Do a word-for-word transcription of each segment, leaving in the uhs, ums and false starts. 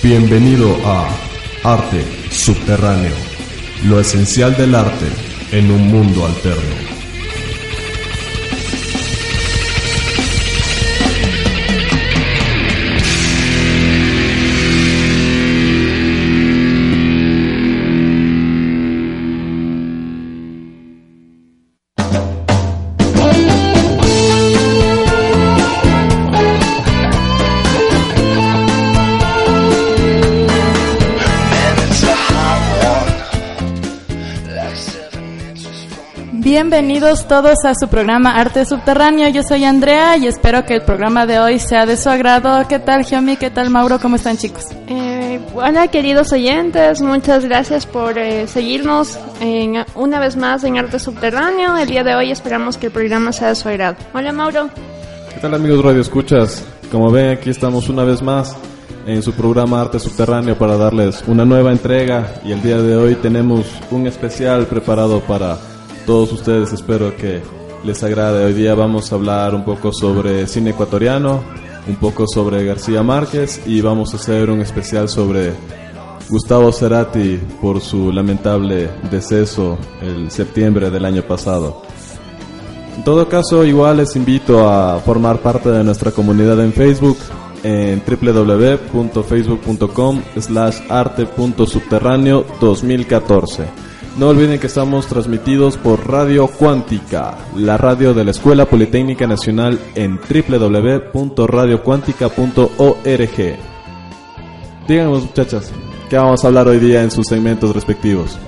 Bienvenido a Arte Subterráneo, lo esencial del arte en un mundo alterno. Bienvenidos todos a su programa Arte Subterráneo. Yo soy Andrea y espero que el programa de hoy sea de su agrado. ¿Qué tal, Giomi? ¿Qué tal, Mauro? ¿Cómo están, chicos? Eh, hola, queridos oyentes. Muchas gracias por eh, seguirnos en, una vez más en Arte Subterráneo. El día de hoy esperamos que el programa sea de su agrado. Hola, Mauro. ¿Qué tal, amigos Radio Escuchas? Como ven, aquí estamos una vez más en su programa Arte Subterráneo para darles una nueva entrega. Y el día de hoy tenemos un especial preparado para todos ustedes, espero que les agrade. Hoy día vamos a hablar un poco sobre cine ecuatoriano, un poco sobre García Márquez y vamos a hacer un especial sobre Gustavo Cerati por su lamentable deceso el septiembre del año pasado. En todo caso, igual les invito a formar parte de nuestra comunidad en Facebook en doble u doble u doble u punto facebook punto com slash arte punto subterráneo dos mil catorce. No olviden que estamos transmitidos por Radio Cuántica, la radio de la Escuela Politécnica Nacional en doble u doble u doble u punto radio cuántica punto org. Díganos, muchachas, ¿qué vamos a hablar hoy día en sus segmentos respectivos?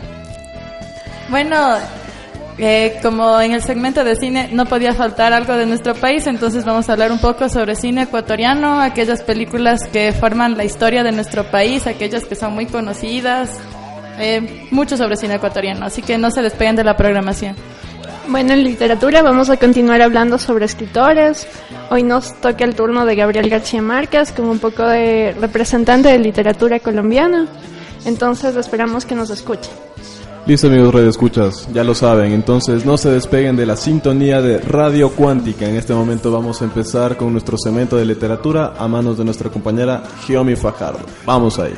Bueno, eh, como en el segmento de cine no podía faltar algo de nuestro país, entonces vamos a hablar un poco sobre cine ecuatoriano, aquellas películas que forman la historia de nuestro país, aquellas que son muy conocidas. Eh, mucho sobre cine ecuatoriano, así que no se despeguen de la programación. Bueno, en literatura vamos a continuar hablando sobre escritores. Hoy nos toca el turno de Gabriel García Márquez como un poco de representante de literatura colombiana. Entonces esperamos que nos escuchen. Listo, amigos Radio Escuchas, ya lo saben, entonces no se despeguen de la sintonía de Radio Cuántica. En este momento vamos a empezar con nuestro segmento de literatura a manos de nuestra compañera Giomi Fajardo. Vamos ahí.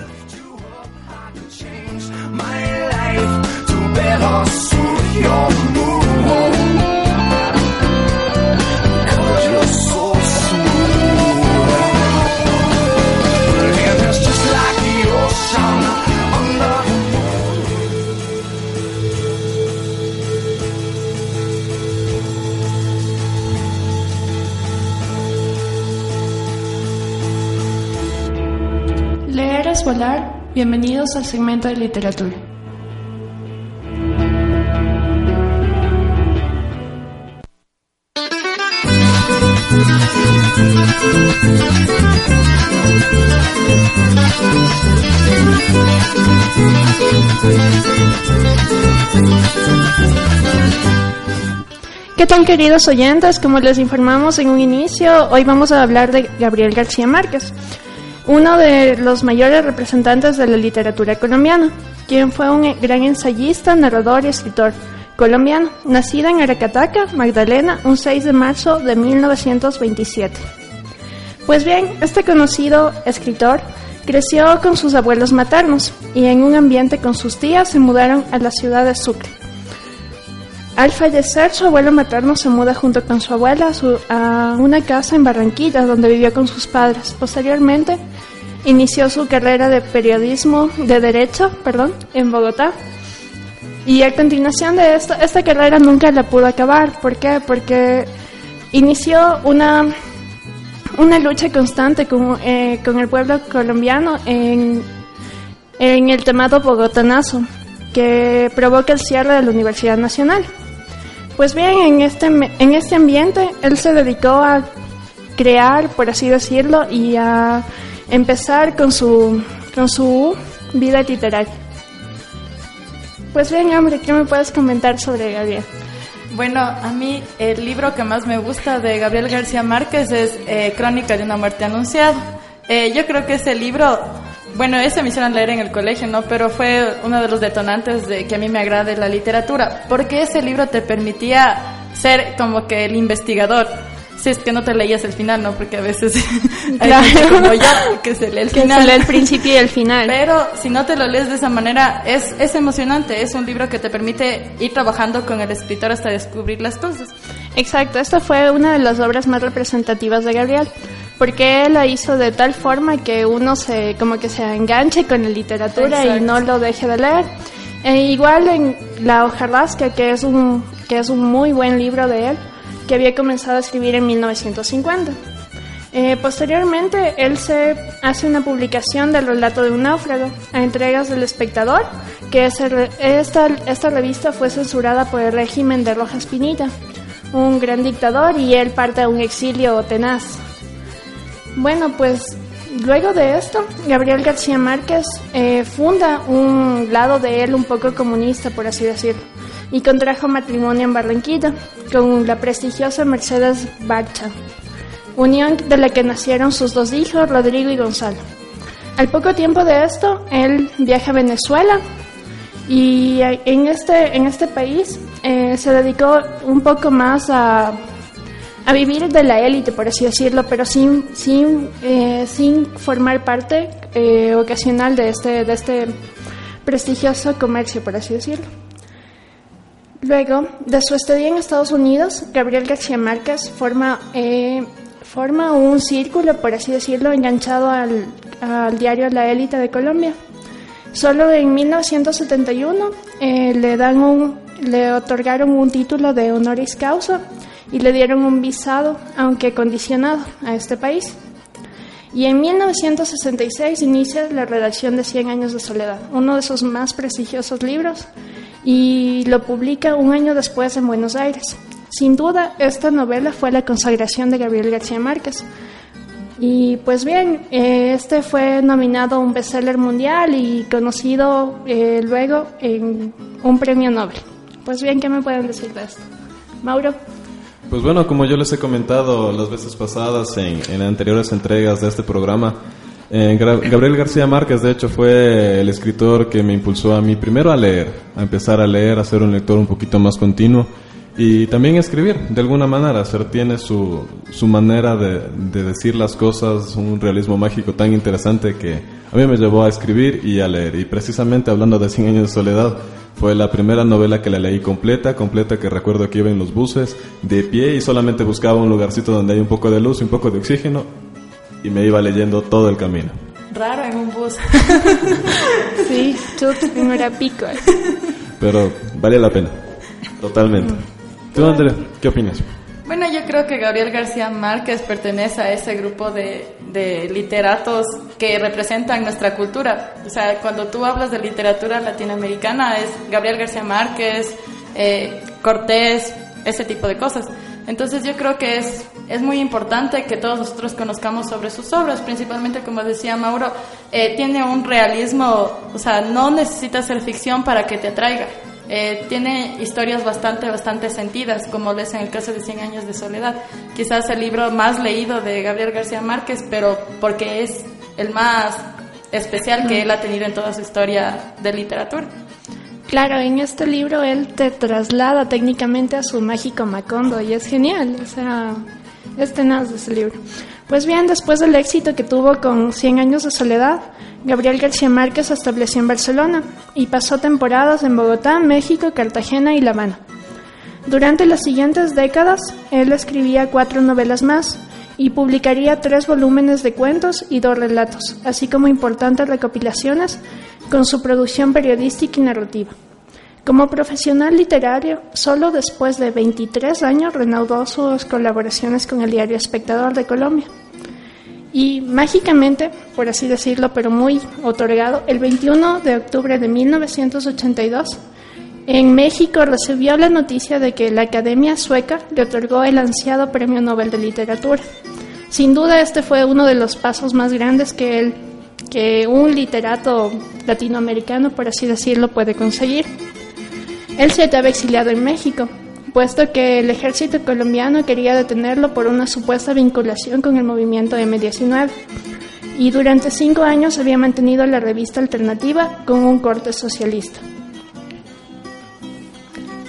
Better suit your mood, 'cause you're so smooth, and it's just like the ocean under. Leer es volar. Bienvenidos al segmento de literatura. ¿Qué tal, queridos oyentes? Como les informamos en un inicio, hoy vamos a hablar de Gabriel García Márquez, uno de los mayores representantes de la literatura colombiana, quien fue un gran ensayista, narrador y escritor colombiano, nacido en Aracataca, Magdalena, un seis de marzo de mil novecientos veintisiete. Pues bien, este conocido escritor creció con sus abuelos maternos y en un ambiente con sus tías se mudaron a la ciudad de Sucre. Al fallecer, su abuelo materno se muda junto con su abuela a, su, a una casa en Barranquilla, donde vivió con sus padres. Posteriormente, inició su carrera de periodismo, de derecho, perdón, en Bogotá. Y a continuación de esto, esta carrera nunca la pudo acabar. ¿Por qué? Porque inició una, una lucha constante con, eh, con el pueblo colombiano en, en el llamado Bogotanazo, que provoca el cierre de la Universidad Nacional. Pues bien, en este, en este ambiente, él se dedicó a crear, por así decirlo, y a empezar con su, con su vida literaria. Pues bien, hombre, ¿qué me puedes comentar sobre Gabriel? Bueno, a mí el libro que más me gusta de Gabriel García Márquez es eh, Crónica de una muerte anunciada. Eh, yo creo que ese libro, bueno, ese me hicieron leer en el colegio, ¿no? Pero fue uno de los detonantes de que a mí me agrade la literatura, porque ese libro te permitía ser como que el investigador. Si es que no te leías el final, ¿no? Porque a veces Claro. hay gente como yo que se lee el Que final. se lee el principio y el final. Pero si no te lo lees de esa manera, es, es emocionante. Es un libro que te permite ir trabajando con el escritor hasta descubrir las cosas. Exacto, esta fue una de las obras más representativas de Gabriel, porque él la hizo de tal forma que uno se como que se enganche con la literatura. Exacto. Y no lo deje de leer. E igual en La hojarasca, que es un que es un muy buen libro de él, que había comenzado a escribir en mil novecientos cincuenta. Eh, posteriormente, él se hace una publicación del relato de un náufrago a entregas del Espectador, que es el- esta, esta revista fue censurada por el régimen de Rojas Pinilla, un gran dictador, y él parte a un exilio tenaz. Bueno, pues luego de esto, Gabriel García Márquez eh, funda un lado de él un poco comunista, por así decirlo, y contrajo matrimonio en Barranquilla con la prestigiosa Mercedes Barcha, unión de la que nacieron sus dos hijos, Rodrigo y Gonzalo. Al poco tiempo de esto, él viaja a Venezuela y en este, en este país eh, se dedicó un poco más a, a vivir de la élite, por así decirlo, pero sin, sin, eh, sin formar parte eh, ocasional de este, de este prestigioso comercio, por así decirlo. Luego de su estadía en Estados Unidos, Gabriel García Márquez forma, eh, forma un círculo, por así decirlo, enganchado al, al diario La Élite de Colombia. Solo en mil novecientos setenta y uno eh, le, dan un, le otorgaron un título de honoris causa y le dieron un visado, aunque condicionado, a este país. Y en mil novecientos sesenta y seis inicia la redacción de Cien años de soledad, uno de sus más prestigiosos libros, y lo publica un año después en Buenos Aires. Sin duda, esta novela fue la consagración de Gabriel García Márquez. Y pues bien, eh, este fue nominado a un bestseller mundial y conocido eh, luego en un premio Nobel. Pues bien, ¿qué me pueden decir de esto? Mauro. Pues bueno, como yo les he comentado las veces pasadas en, en anteriores entregas de este programa, eh, Gra- Gabriel García Márquez de hecho fue el escritor que me impulsó a mí primero a leer, a empezar a leer, a ser un lector un poquito más continuo y también a escribir de alguna manera. Ser tiene su, su manera de, de decir las cosas, un realismo mágico tan interesante que a mí me llevó a escribir y a leer. Y precisamente hablando de Cien años de soledad, fue la primera novela que la leí completa, completa que recuerdo que iba en los buses, de pie y solamente buscaba un lugarcito donde hay un poco de luz y un poco de oxígeno y me iba leyendo todo el camino. Raro en un bus. Sí, chut, en hora pico. Pero vale la pena, totalmente. ¿Tú, Andrea, qué opinas? Bueno, yo creo que Gabriel García Márquez pertenece a ese grupo de, de literatos que representan nuestra cultura. O sea, cuando tú hablas de literatura latinoamericana es Gabriel García Márquez, eh, Cortés, ese tipo de cosas. Entonces yo creo que es, es muy importante que todos nosotros conozcamos sobre sus obras, principalmente como decía Mauro, eh, tiene un realismo, o sea, no necesita ser ficción para que te atraiga. Eh, tiene historias bastante, bastante sentidas, como lo es en el caso de Cien años de soledad. Quizás el libro más leído de Gabriel García Márquez, pero porque es el más especial que él ha tenido en toda su historia de literatura. Claro, en este libro él te traslada técnicamente a su mágico Macondo y es genial, o sea, es tenaz ese libro. Pues bien, después del éxito que tuvo con Cien años de soledad, Gabriel García Márquez se estableció en Barcelona y pasó temporadas en Bogotá, México, Cartagena y La Habana. Durante las siguientes décadas, él escribía cuatro novelas más y publicaría tres volúmenes de cuentos y dos relatos, así como importantes recopilaciones con su producción periodística y narrativa. Como profesional literario, solo después de veintitrés años reanudó sus colaboraciones con el diario Espectador de Colombia. Y mágicamente, por así decirlo, pero muy otorgado, el veintiuno de octubre de mil novecientos ochenta y dos, en México recibió la noticia de que la Academia Sueca le otorgó el ansiado Premio Nobel de Literatura. Sin duda este fue uno de los pasos más grandes que, él, que un literato latinoamericano, por así decirlo, puede conseguir. Él se hallaba exiliado en México, puesto que el ejército colombiano quería detenerlo por una supuesta vinculación con el movimiento eme diecinueve. Y durante cinco años había mantenido la revista alternativa con un corte socialista.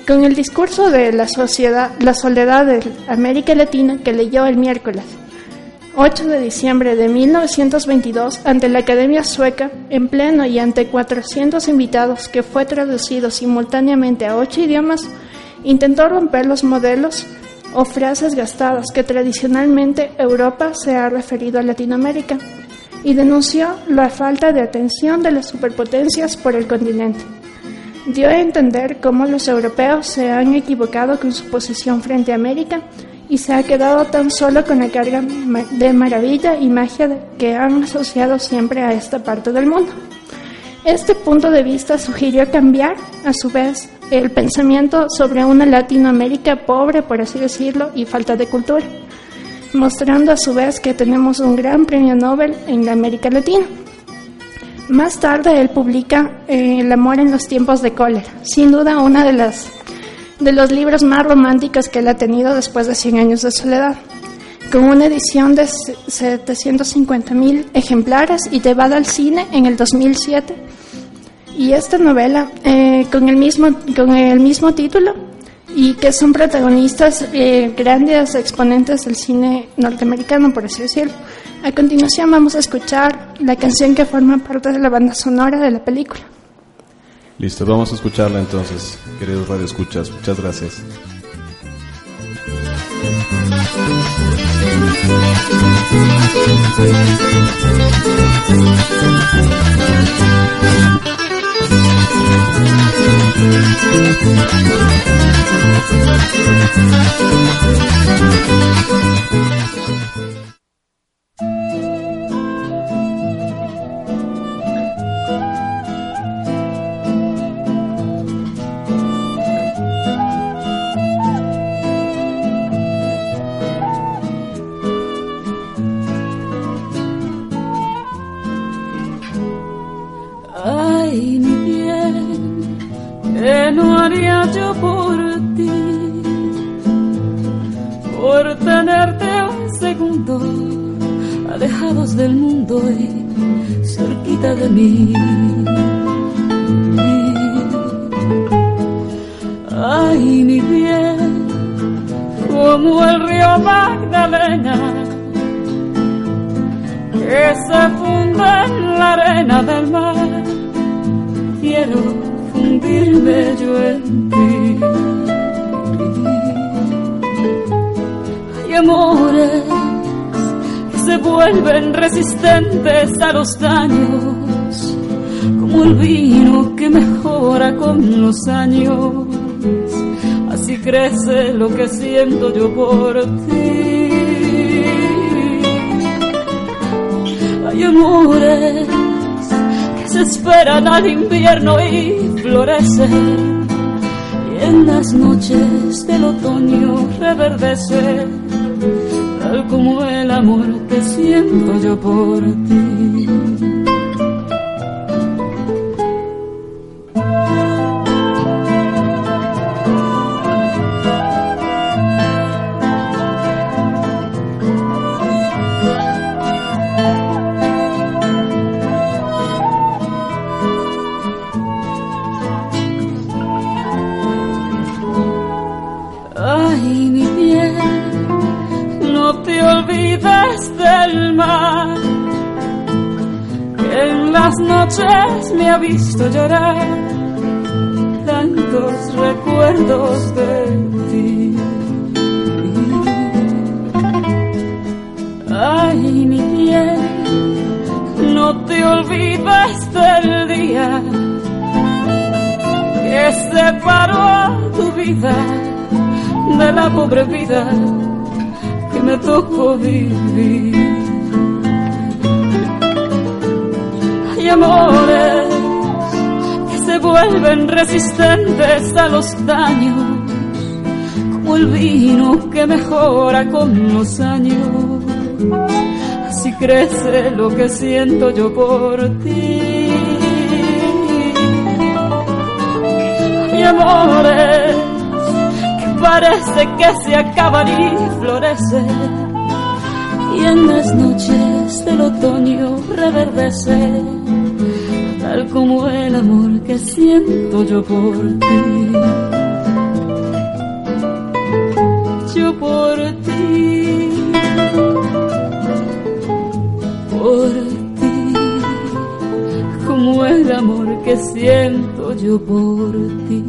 con el discurso de la sociedad, la soledad de América Latina que leyó el miércoles ocho de diciembre de mil novecientos veintidós ante la Academia Sueca, en pleno y ante cuatrocientos invitados, que fue traducido simultáneamente a ocho idiomas, intentó romper los modelos o frases gastadas que tradicionalmente Europa se ha referido a Latinoamérica y denunció la falta de atención de las superpotencias por el continente. Dio a entender cómo los europeos se han equivocado con su posición frente a América y se ha quedado tan solo con la carga de maravilla y magia que han asociado siempre a esta parte del mundo. Este punto de vista sugirió cambiar, a su vez, el pensamiento sobre una Latinoamérica pobre, por así decirlo, y falta de cultura, mostrando a su vez que tenemos un gran premio Nobel en la América Latina. Más tarde él publica eh, El amor en los tiempos de cólera, sin duda una de las de los libros más románticos que él ha tenido después de cien años de soledad, con una edición de setecientos cincuenta mil ejemplares y llevada al cine en el dos mil siete. Y esta novela, eh, con el mismo con el mismo título, y que son protagonistas eh, grandes exponentes del cine norteamericano, por así decirlo. A continuación vamos a escuchar la canción que forma parte de la banda sonora de la película. Listo, vamos a escucharla entonces, queridos radioescuchas. Muchas gracias. Ay, mi bien, ¿qué no haría yo por ti? Por tenerte un segundo alejados del mundo y cerquita de mí. Ay, mi bien, como el río Magdalena que se funde en la arena del mar, quiero fundirme yo en ti. Hay amores que se vuelven resistentes a los daños, como el vino que mejora con los años. Así crece lo que siento yo por ti. Hay amores que se esperan al invierno y florecen, y en las noches del otoño reverdecen, tal como el amor que siento yo por ti. Del mar, que en las noches me ha visto llorar tantos recuerdos de ti. Ay, mi bien, no te olvides del día que separó a tu vida de la pobre vida que me tocó vivir. Hay amores que se vuelven resistentes a los daños, como el vino que mejora con los años. Así crece lo que siento yo por ti. Hay amores parece que se acaban y florecen, y en las noches del otoño reverdecen, tal como el amor que siento yo por ti. yo por ti, por ti, como el amor que siento yo por ti.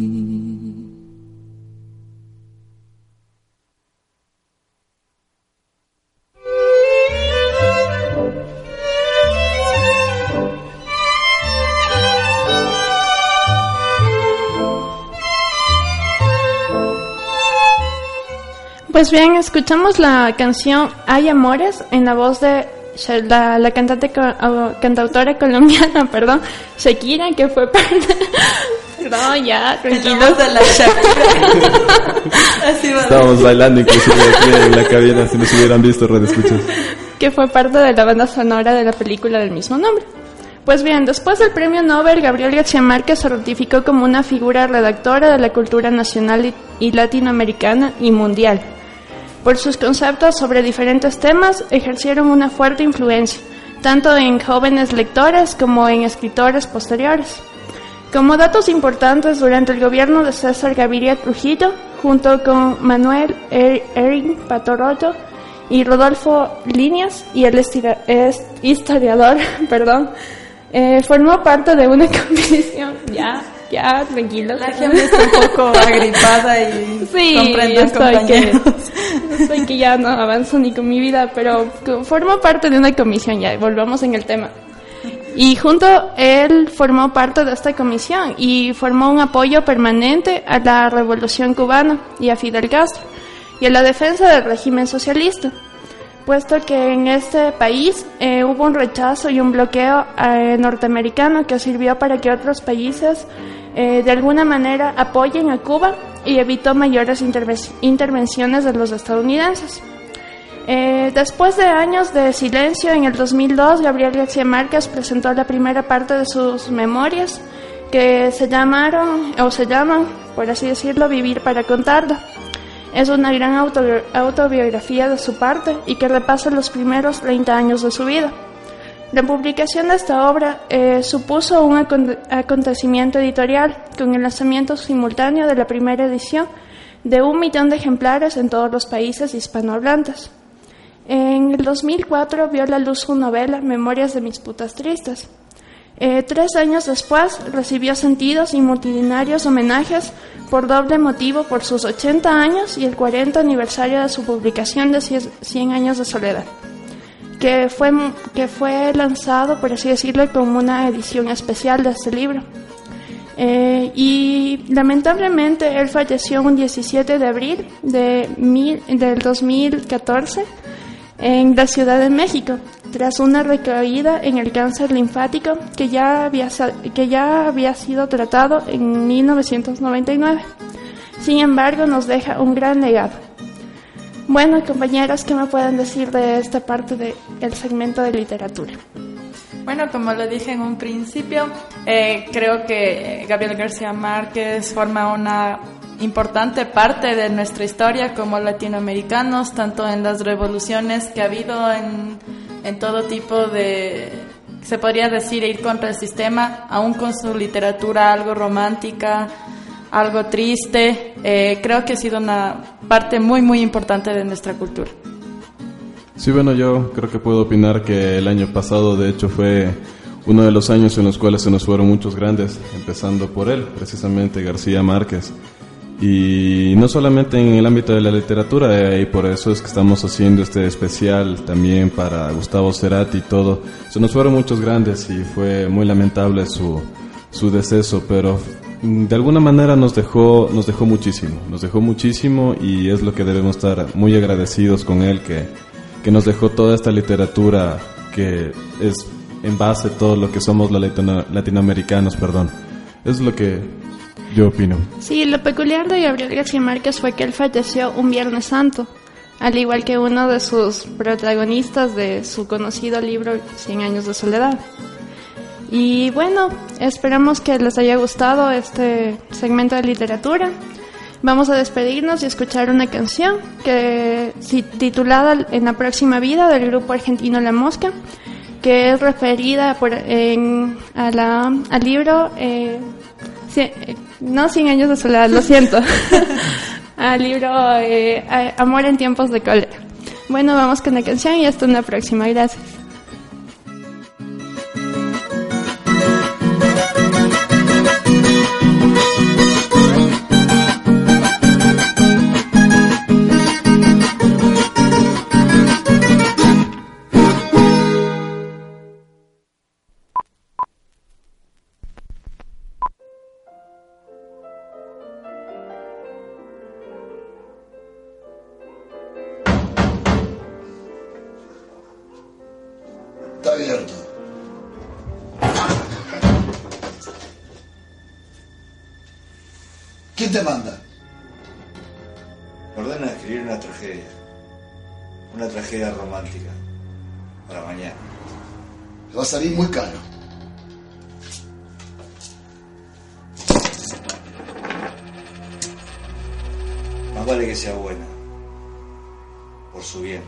Pues bien, escuchamos la canción Hay Amores en la voz de la, la cantante, cantautora colombiana, perdón, Shakira, que fue parte... Perdón, ya, tranquilos de la Shakira. Estábamos bailando inclusive aquí en la cabina, si nos hubieran visto, red escuchas. Que fue parte de la banda sonora de la película del mismo nombre. Pues bien, después del premio Nobel, Gabriel García Márquez se ratificó como una figura redactora de la cultura nacional y latinoamericana y mundial. Por sus conceptos sobre diferentes temas, ejercieron una fuerte influencia, tanto en jóvenes lectores como en escritores posteriores. Como datos importantes, durante el gobierno de César Gaviria Trujillo, junto con Manuel Erin Patorotto y Rodolfo Líneas y el estira, es, historiador, perdón, eh, formó parte de una comisión. Ya, ya, tranquilos. La gente está un poco agripada y sí, comprendo, estoy compañeros. que, estoy que ya no avanzo ni con mi vida, pero formó parte de una comisión, ya, volvamos en el tema. Y junto él formó parte de esta comisión y formó un apoyo permanente a la Revolución Cubana y a Fidel Castro y a la defensa del régimen socialista, puesto que en este país eh, hubo un rechazo y un bloqueo eh, norteamericano que sirvió para que otros países eh, de alguna manera apoyen a Cuba y evitó mayores interve- intervenciones de los estadounidenses. Eh, después de años de silencio, en el dos mil dos, Gabriel García Márquez presentó la primera parte de sus memorias, que se llamaron, o se llaman, por así decirlo, Vivir para contarla. Es una gran auto, autobiografía de su parte y que repasa los primeros treinta años de su vida. La publicación de esta obra eh, supuso un acon- acontecimiento editorial con el lanzamiento simultáneo de la primera edición de un millón de ejemplares en todos los países hispanohablantes. En el dos mil cuatro vio la luz su novela Memorias de mis putas tristes. Eh, tres años después recibió sentidos y multitudinarios homenajes por doble motivo por sus ochenta años y el cuarenta aniversario de su publicación de cien años de soledad, que fue, que fue lanzado, por así decirlo, como una edición especial de este libro. Eh, y lamentablemente él falleció un diecisiete de abril de mil, del dos mil catorce en la Ciudad de México, tras una recaída en el cáncer linfático que ya había, que ya había sido tratado en mil novecientos noventa y nueve. Sin embargo, nos deja un gran legado. Bueno, compañeros, ¿qué me pueden decir de esta parte del segmento de literatura? Bueno, como lo dije en un principio, eh, creo que Gabriel García Márquez forma una importante parte de nuestra historia como latinoamericanos, tanto en las revoluciones que ha habido en, en todo tipo de, se podría decir, ir contra el sistema, aún con su literatura algo romántica, algo triste. Eh, creo que ha sido una parte muy, muy importante de nuestra cultura. Sí, bueno, yo creo que puedo opinar que el año pasado, de hecho, fue uno de los años en los cuales se nos fueron muchos grandes, empezando por él, precisamente García Márquez. Y no solamente en el ámbito de la literatura, eh, y por eso es que estamos haciendo este especial también para Gustavo Cerati y todo. Se nos fueron muchos grandes y fue muy lamentable su, su deceso, pero de alguna manera nos dejó, nos dejó muchísimo, nos dejó muchísimo y es lo que debemos estar muy agradecidos con él, que, que nos dejó toda esta literatura que es en base a todo lo que somos los latino, latinoamericanos, perdón. Es lo que yo opino. Sí, lo peculiar de Gabriel García Márquez fue que él falleció un Viernes Santo, al igual que uno de sus protagonistas de su conocido libro Cien años de soledad. Y bueno, esperamos que les haya gustado este segmento de literatura. Vamos a despedirnos y escuchar una canción que sí, titulada En la próxima vida, del grupo argentino La Mosca, que es referida por, en, a la, al libro... Eh, Cien, no Cien años de soledad, lo siento. al libro eh, Amor en tiempos de cólera. Bueno, vamos con la canción y hasta una próxima. Gracias. Está abierto. ¿Quién te manda? Me ordena escribir una tragedia. Una tragedia romántica. Para mañana. Te va a salir muy caro. Más vale que sea buena. Por su bien.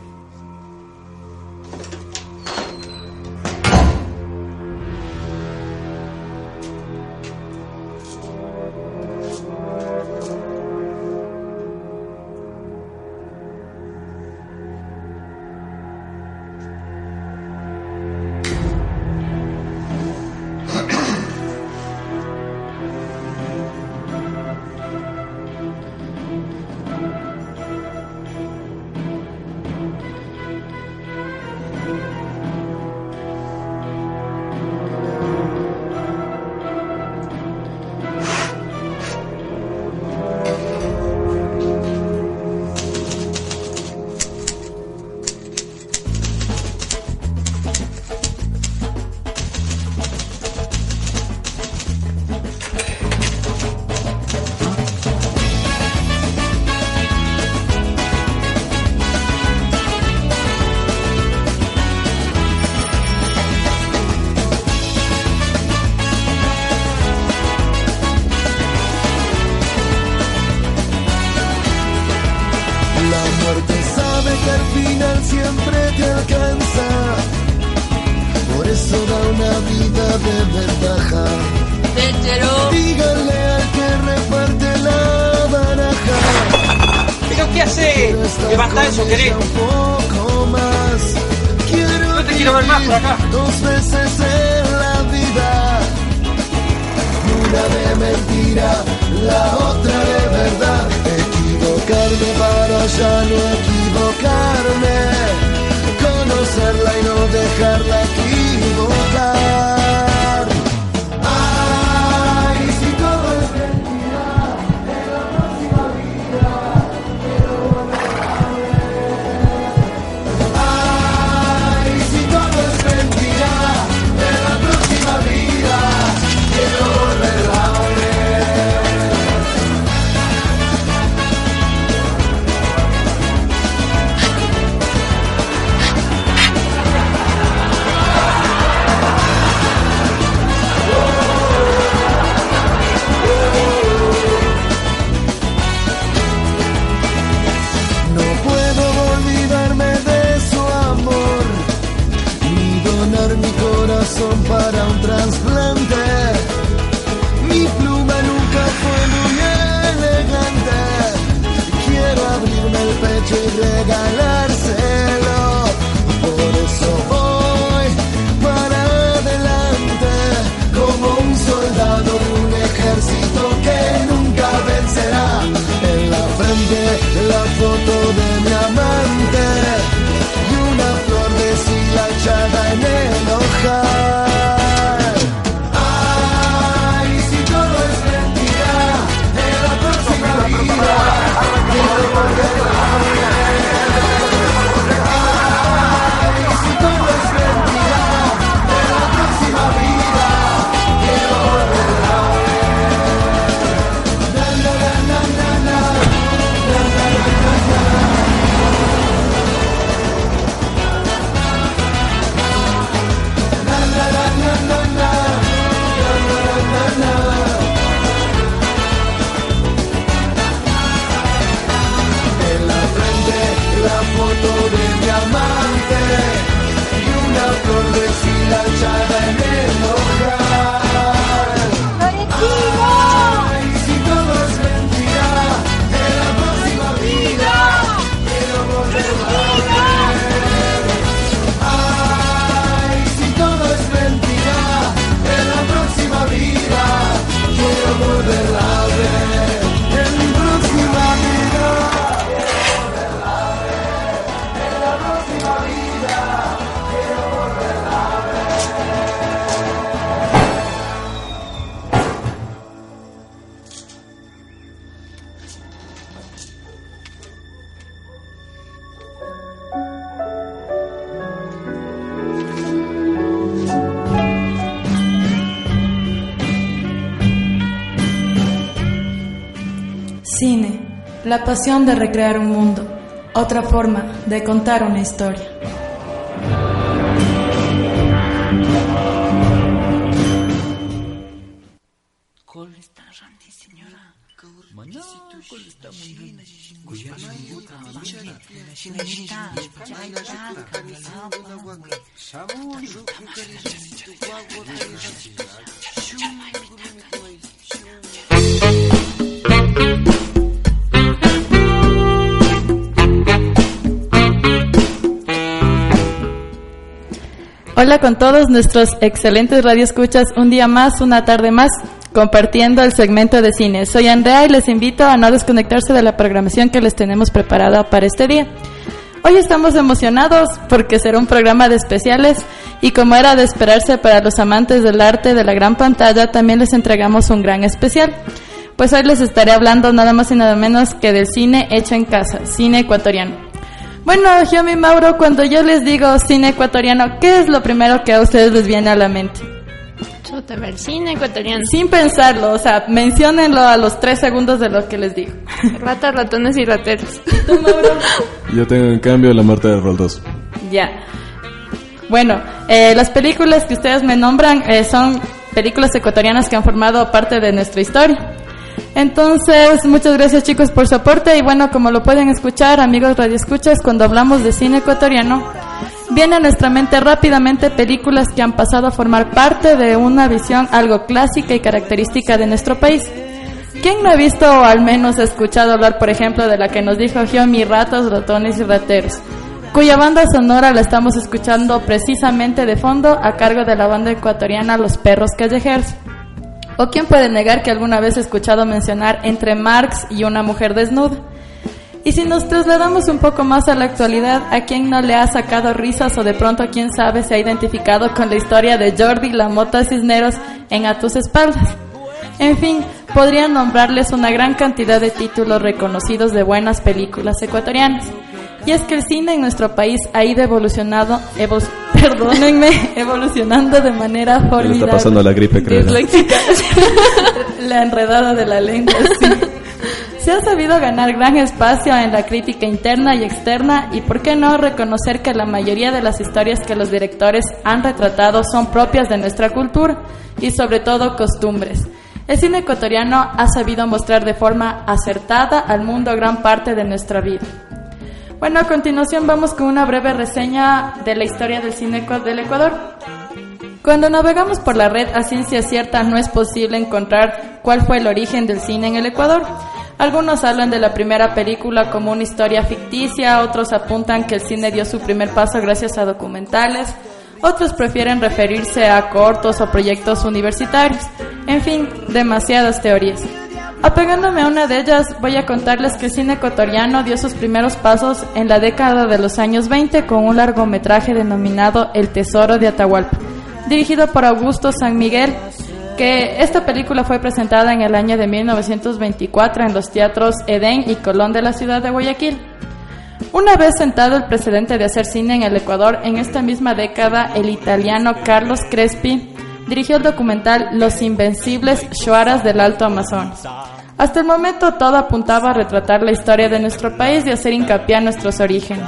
Levanta eso, querido. No te quiero ver más por acá. Dos veces en la vida, una de mentira, la otra de verdad. Equivocarme para ya no equivocarme, conocerla y no dejarla equivocar. Ay, si todo es mentira, en la próxima vida quiero volver a ver. Ay, si todo es mentira, en la próxima vida quiero volver a ver. Cine, la pasión de recrear un mundo, otra forma de contar una historia. Hola con todos nuestros excelentes radioescuchas, un día más, una tarde más, compartiendo el segmento de cine. Soy Andrea y les invito a no desconectarse de la programación que les tenemos preparada para este día. Hoy estamos emocionados porque será un programa de especiales y como era de esperarse para los amantes del arte de la gran pantalla, también les entregamos un gran especial. Pues hoy les estaré hablando nada más y nada menos que del cine hecho en casa, cine ecuatoriano. Bueno, Giomi Mauro, cuando yo les digo cine ecuatoriano, ¿qué es lo primero que a ustedes les viene a la mente? Chuta, ver, cine ecuatoriano. Sin pensarlo, o sea, menciónenlo a los tres segundos de lo que les digo. Ratas, ratones y rateros. ¿Tú, Mauro? Yo tengo en cambio La muerte de Roldós. Ya. Bueno, eh, las películas que ustedes me nombran eh, son películas ecuatorianas que han formado parte de nuestra historia. Entonces, muchas gracias chicos por su aporte y bueno, como lo pueden escuchar, amigos radioescuchas, cuando hablamos de cine ecuatoriano, viene a nuestra mente rápidamente películas que han pasado a formar parte de una visión algo clásica y característica de nuestro país. ¿Quién no ha visto o al menos ha escuchado hablar, por ejemplo, de la que nos dijo Giomi, Ratas, Ratones y Rateros, cuya banda sonora la estamos escuchando precisamente de fondo a cargo de la banda ecuatoriana Los Perros Callejeros? ¿O quién puede negar que alguna vez he escuchado mencionar Entre Marx y una mujer desnuda? Y si nos trasladamos un poco más a la actualidad, ¿a quién no le ha sacado risas o de pronto quién sabe se ha identificado con la historia de Jordi la Mota Cisneros en A tus espaldas? En fin, podrían nombrarles una gran cantidad de títulos reconocidos de buenas películas ecuatorianas. Y es que el cine en nuestro país ha ido evolucionado, evol, perdónenme, evolucionando de manera formidable. Le está pasando la gripe, creo. La enredada de la lengua, sí. Se ha sabido ganar gran espacio en la crítica interna y externa y por qué no reconocer que la mayoría de las historias que los directores han retratado son propias de nuestra cultura y sobre todo costumbres. El cine ecuatoriano ha sabido mostrar de forma acertada al mundo gran parte de nuestra vida. Bueno, a continuación vamos con una breve reseña de la historia del cine del Ecuador. Cuando navegamos por la red a ciencia cierta no es posible encontrar cuál fue el origen del cine en el Ecuador. Algunos hablan de la primera película como una historia ficticia, otros apuntan que el cine dio su primer paso gracias a documentales, otros prefieren referirse a cortos o proyectos universitarios. En fin, demasiadas teorías. Apegándome a una de ellas, voy a contarles que el cine ecuatoriano dio sus primeros pasos en la década de los años veinte con un largometraje denominado El Tesoro de Atahualpa, dirigido por Augusto San Miguel, que esta película fue presentada en el año de mil novecientos veinticuatro en los teatros Edén y Colón de la ciudad de Guayaquil. Una vez sentado el precedente de hacer cine en el Ecuador, en esta misma década el italiano Carlos Crespi dirigió el documental Los Invencibles Shuaras del Alto Amazonas. Hasta el momento todo apuntaba a retratar la historia de nuestro país y hacer hincapié en nuestros orígenes.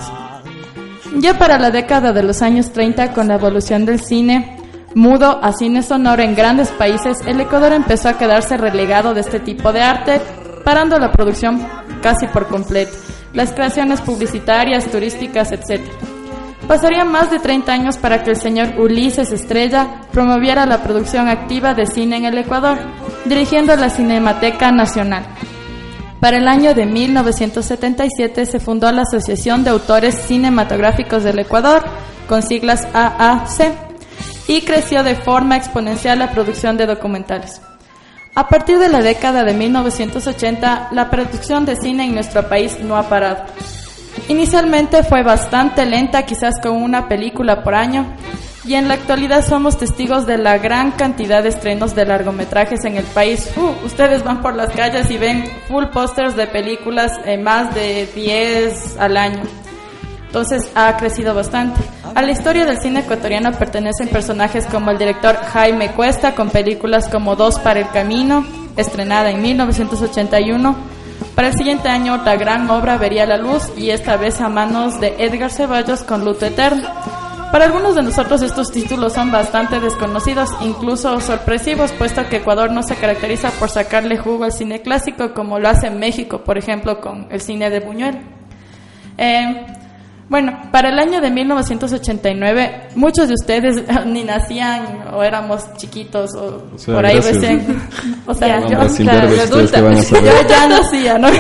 Ya para la década de los años treinta, con la evolución del cine mudo a cine sonoro en grandes países, el Ecuador empezó a quedarse relegado de este tipo de arte, parando la producción casi por completo, las creaciones publicitarias, turísticas, etcétera. Pasaría más de treinta años para que el señor Ulises Estrella promoviera la producción activa de cine en el Ecuador, dirigiendo la Cinemateca Nacional. Para el año de mil novecientos setenta y siete se fundó la Asociación de Autores Cinematográficos del Ecuador, con siglas A A C, y creció de forma exponencial la producción de documentales. A partir de la década de mil novecientos ochenta, la producción de cine en nuestro país no ha parado. Inicialmente fue bastante lenta, quizás con una película por año, y en la actualidad somos testigos de la gran cantidad de estrenos de largometrajes en el país. Uh, ustedes van por las calles y ven full pósters de películas, eh, más de diez al año. Entonces ha crecido bastante. A la historia del cine ecuatoriano pertenecen personajes como el director Jaime Cuesta, con películas como Dos para el Camino, estrenada en mil novecientos ochenta y uno, Para el siguiente año otra gran obra vería la luz y esta vez a manos de Edgar Ceballos con Luto Eterno. Para algunos de nosotros estos títulos son bastante desconocidos, incluso sorpresivos, puesto que Ecuador no se caracteriza por sacarle jugo al cine clásico como lo hace México, por ejemplo, con el cine de Buñuel. Eh, bueno, para el año de mil novecientos ochenta y nueve, muchos de ustedes ni nacían o éramos chiquitos o, o sea, por ahí recién. O sea, yo, claro, adulta, yo ya nacía, ¿no?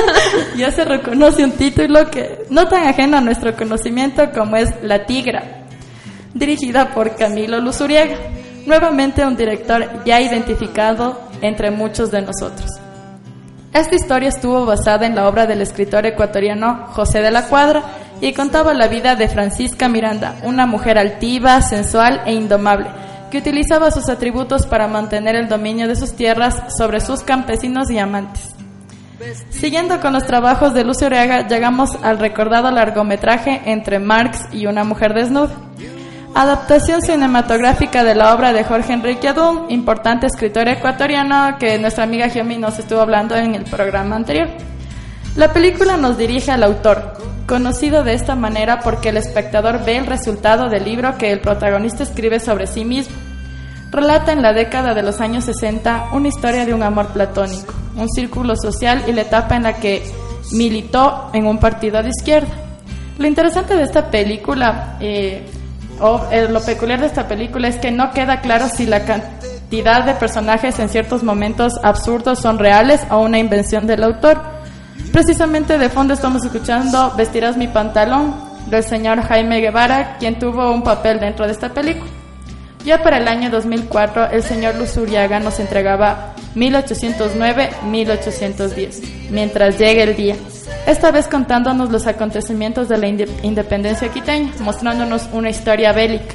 Ya se reconoce un título que no tan ajeno a nuestro conocimiento como es La Tigra, dirigida por Camilo Luzuriaga, nuevamente un director ya identificado entre muchos de nosotros. Esta historia estuvo basada en la obra del escritor ecuatoriano José de la Cuadra y contaba la vida de Francisca Miranda, una mujer altiva, sensual e indomable, que utilizaba sus atributos para mantener el dominio de sus tierras sobre sus campesinos y amantes. Siguiendo con los trabajos de Luzuriaga, llegamos al recordado largometraje Entre Marx y una mujer desnuda, adaptación cinematográfica de la obra de Jorge Enrique Adún, importante escritor ecuatoriano que nuestra amiga Giomi nos estuvo hablando en el programa anterior. La película nos dirige al autor, conocido de esta manera porque el espectador ve el resultado del libro que el protagonista escribe sobre sí mismo. Relata en la década de los años sesenta una historia de un amor platónico, un círculo social y la etapa en la que militó en un partido de izquierda. Lo interesante de esta película, eh, o eh, lo peculiar de esta película es que no queda claro si la cantidad de personajes en ciertos momentos absurdos son reales o una invención del autor. Precisamente de fondo estamos escuchando Vestirás mi pantalón del señor Jaime Guevara, quien tuvo un papel dentro de esta película. Ya para el año dos mil cuatro, el señor Luzuriaga nos entregaba mil ochocientos nueve a mil ochocientos diez, Mientras llegue el día, esta vez contándonos los acontecimientos de la independencia quiteña, mostrándonos una historia bélica.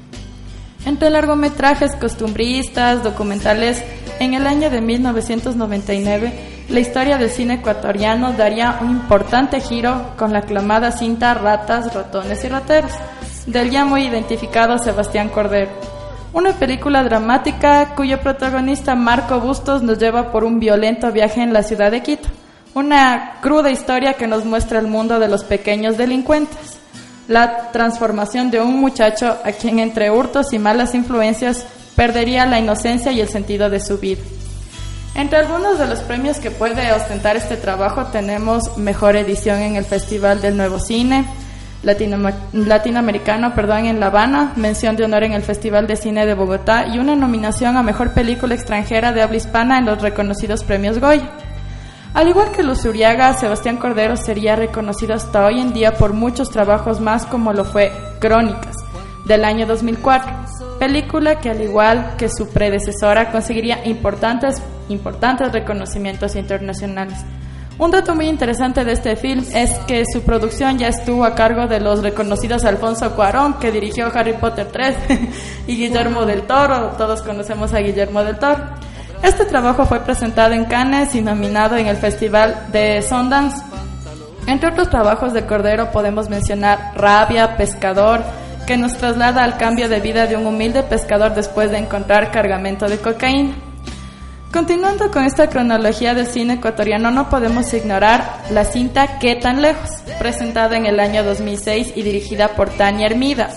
Entre largometrajes costumbristas, documentales, en el año de mil novecientos noventa y nueve, la historia del cine ecuatoriano daría un importante giro con la aclamada cinta Ratas, Ratones y Rateros, del ya muy identificado Sebastián Cordero. Una película dramática cuyo protagonista Marco Bustos nos lleva por un violento viaje en la ciudad de Quito. Una cruda historia que nos muestra el mundo de los pequeños delincuentes. La transformación de un muchacho a quien entre hurtos y malas influencias perdería la inocencia y el sentido de su vida. Entre algunos de los premios que puede ostentar este trabajo tenemos Mejor Edición en el Festival del Nuevo Cine Latino, Latinoamericano perdón, en La Habana, mención de honor en el Festival de Cine de Bogotá y una nominación a Mejor Película Extranjera de Habla Hispana en los reconocidos premios Goya. Al igual que Luzuriaga, Sebastián Cordero sería reconocido hasta hoy en día por muchos trabajos más, como lo fue Crónicas, del año dos mil cuatro, película que al igual que su predecesora conseguiría importantes, importantes reconocimientos internacionales. Un dato muy interesante de este film es que su producción ya estuvo a cargo de los reconocidos Alfonso Cuarón, que dirigió Harry Potter tres, y Guillermo del Toro. Todos conocemos a Guillermo del Toro. Este trabajo fue presentado en Cannes y nominado en el Festival de Sundance. Entre otros trabajos de Cordero podemos mencionar Rabia, Pescador, que nos traslada al cambio de vida de un humilde pescador después de encontrar cargamento de cocaína. Continuando con esta cronología del cine ecuatoriano, no podemos ignorar la cinta ¿Qué tan lejos?, presentada en el año dos mil seis y dirigida por Tania Hermida.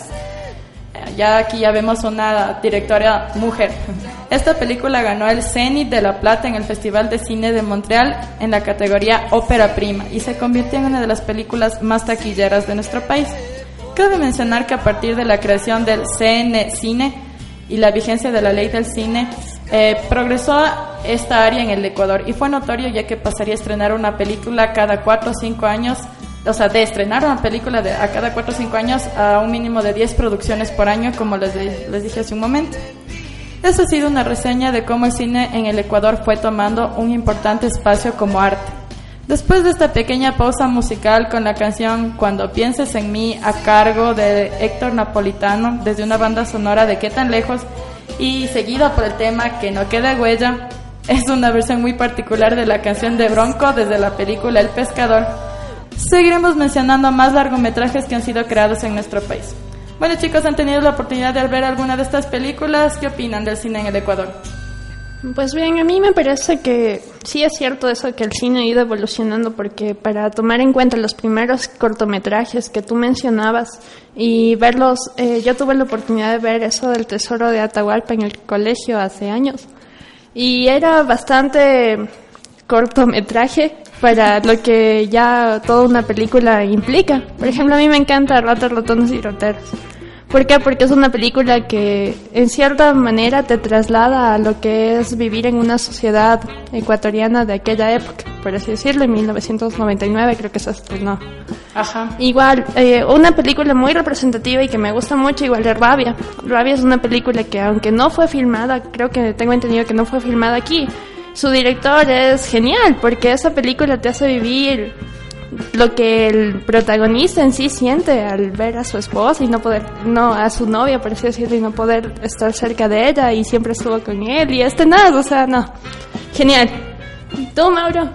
Ya aquí ya vemos una directora mujer. Esta película ganó el Zenit de La Plata en el Festival de Cine de Montreal en la categoría Ópera Prima y se convirtió en una de las películas más taquilleras de nuestro país. Cabe mencionar que a partir de la creación del C N Cine y la vigencia de la ley del cine, eh, progresó esta área en el Ecuador y fue notorio ya que pasaría a estrenar una película cada cuatro o cinco años, o sea, de estrenar una película de, a cada cuatro o cinco años a un mínimo de diez producciones por año, como les, les dije hace un momento. Esa ha sido una reseña de cómo el cine en el Ecuador fue tomando un importante espacio como arte. Después de esta pequeña pausa musical con la canción Cuando pienses en mí, a cargo de Héctor Napolitano, desde una banda sonora de ¿Qué tan lejos?, y seguida por el tema Que no quede huella, es una versión muy particular de la canción de Bronco desde la película El Pescador. Seguiremos mencionando más largometrajes que han sido creados en nuestro país. Bueno, chicos, ¿han tenido la oportunidad de ver alguna de estas películas? ¿Qué opinan del cine en el Ecuador? Pues bien, a mí me parece que sí es cierto eso que el cine ha ido evolucionando, porque para tomar en cuenta los primeros cortometrajes que tú mencionabas y verlos, eh, yo tuve la oportunidad de ver eso del Tesoro de Atahualpa en el colegio hace años y era bastante cortometraje para lo que ya toda una película implica. Por ejemplo, a mí me encanta Ratas, Ratones y Rateros. ¿Por qué? Porque es una película que en cierta manera te traslada a lo que es vivir en una sociedad ecuatoriana de aquella época, por así decirlo, en mil novecientos noventa y nueve creo que se estrenó. Ajá. Igual, eh, una película muy representativa y que me gusta mucho, igual de Rabia. Rabia es una película que aunque no fue filmada, creo que tengo entendido que no fue filmada aquí, su director es genial porque esa película te hace vivir lo que el protagonista en sí siente al ver a su esposa y no poder, no, a su novia, por así decirlo, y no poder estar cerca de ella y siempre estuvo con él y este nada, o sea, no. Genial. ¿Tú, Mauro?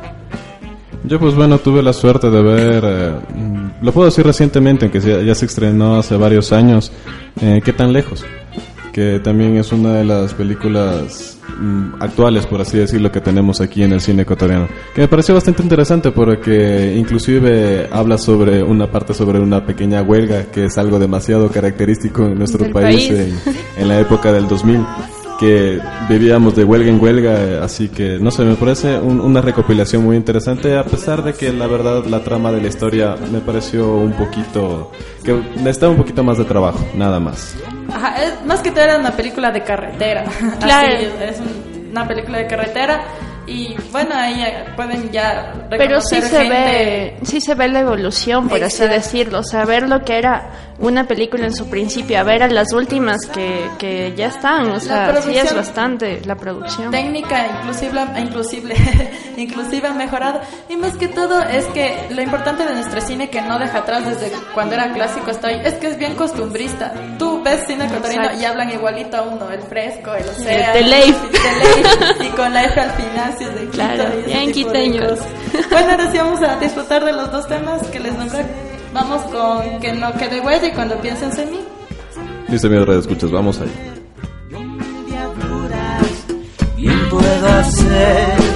Yo pues bueno, tuve la suerte de ver, eh, lo puedo decir recientemente, aunque ya, ya se estrenó hace varios años, eh, ¿Qué tan lejos? Que también es una de las películas mm, actuales, por así decirlo, que tenemos aquí en el cine ecuatoriano, que me pareció bastante interesante porque inclusive habla sobre una parte sobre una pequeña huelga, que es algo demasiado característico en nuestro país, país. En, en la época del dos mil, que vivíamos de huelga en huelga, así que no sé, me parece un, una recopilación muy interesante, a pesar de que la verdad la trama de la historia me pareció un poquito, que necesitaba un poquito más de trabajo, nada más. Ajá, es, más que todo era una película de carretera. Claro. Así, es un, una película de carretera y bueno, ahí pueden ya reconocer. Pero sí se gente... ve, sí se ve la evolución, por Exacto. así decirlo, o sea, ver lo que era una película en su principio, a ver a las últimas que, que ya están, o sea, sí es bastante la producción. Técnica inclusive, inclusive, inclusive ha mejorado, y más que todo es que lo importante de nuestro cine, que no deja atrás desde cuando era clásico hasta hoy, es que es bien costumbrista. Tú ves cine ecuatoriano y hablan igualito a uno, el fresco, el océano, de ley, y con la F al final, si es de Quito, claro, y bien quiteños. Bueno, ahora sí vamos a disfrutar de los dos temas que les nombré. Vamos con Que no quede huella y Cuando pienses en mí. Listo, mi radio escuchas, vamos ahí. Bien puedo hacer.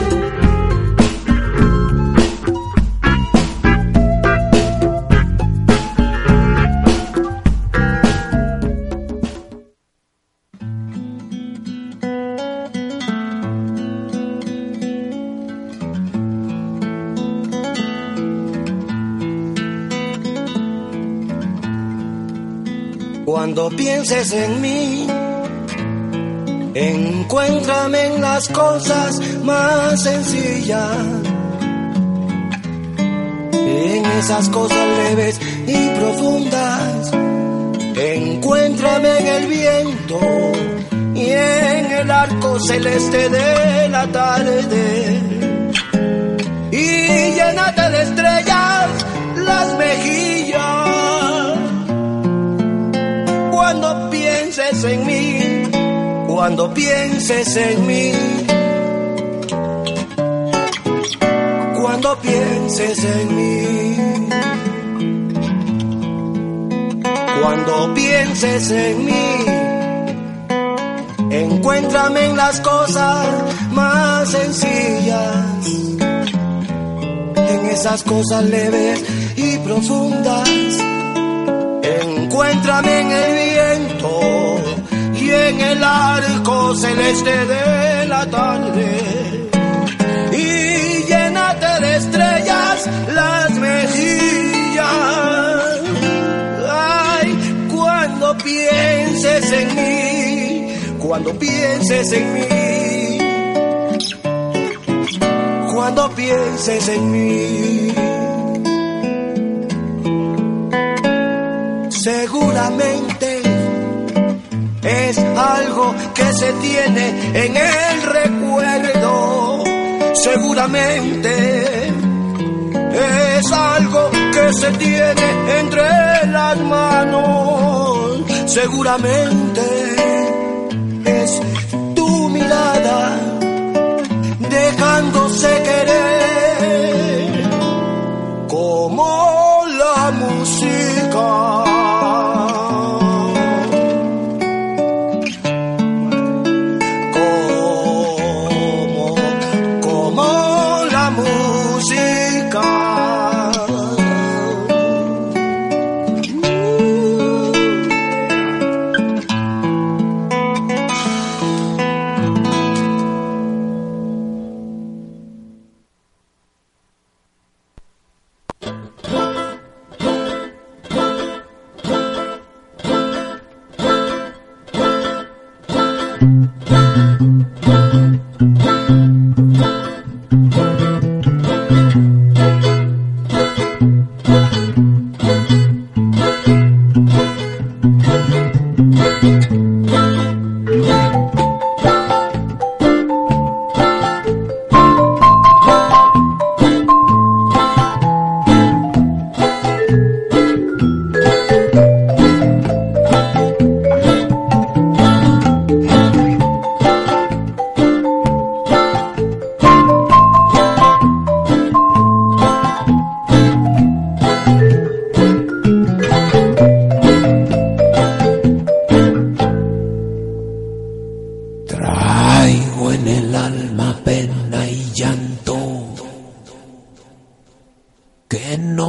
Cuando pienses en mí, encuéntrame en las cosas más sencillas, en esas cosas leves y profundas. Encuéntrame en el viento y en el arco celeste de la tarde, y llénate de estrellas las mejillas. Cuando pienses en mí, cuando pienses en mí, cuando pienses en mí, cuando pienses en mí, encuéntrame en las cosas más sencillas, en esas cosas leves y profundas. Encuéntrame en el viento y en el arco celeste de la tarde, y llénate de estrellas las mejillas. Ay, cuando pienses en mí, cuando pienses en mí, cuando pienses en mí. Seguramente es algo que se tiene en el recuerdo. Seguramente es algo que se tiene entre las manos. Seguramente es tu mirada dejándose querer como la música.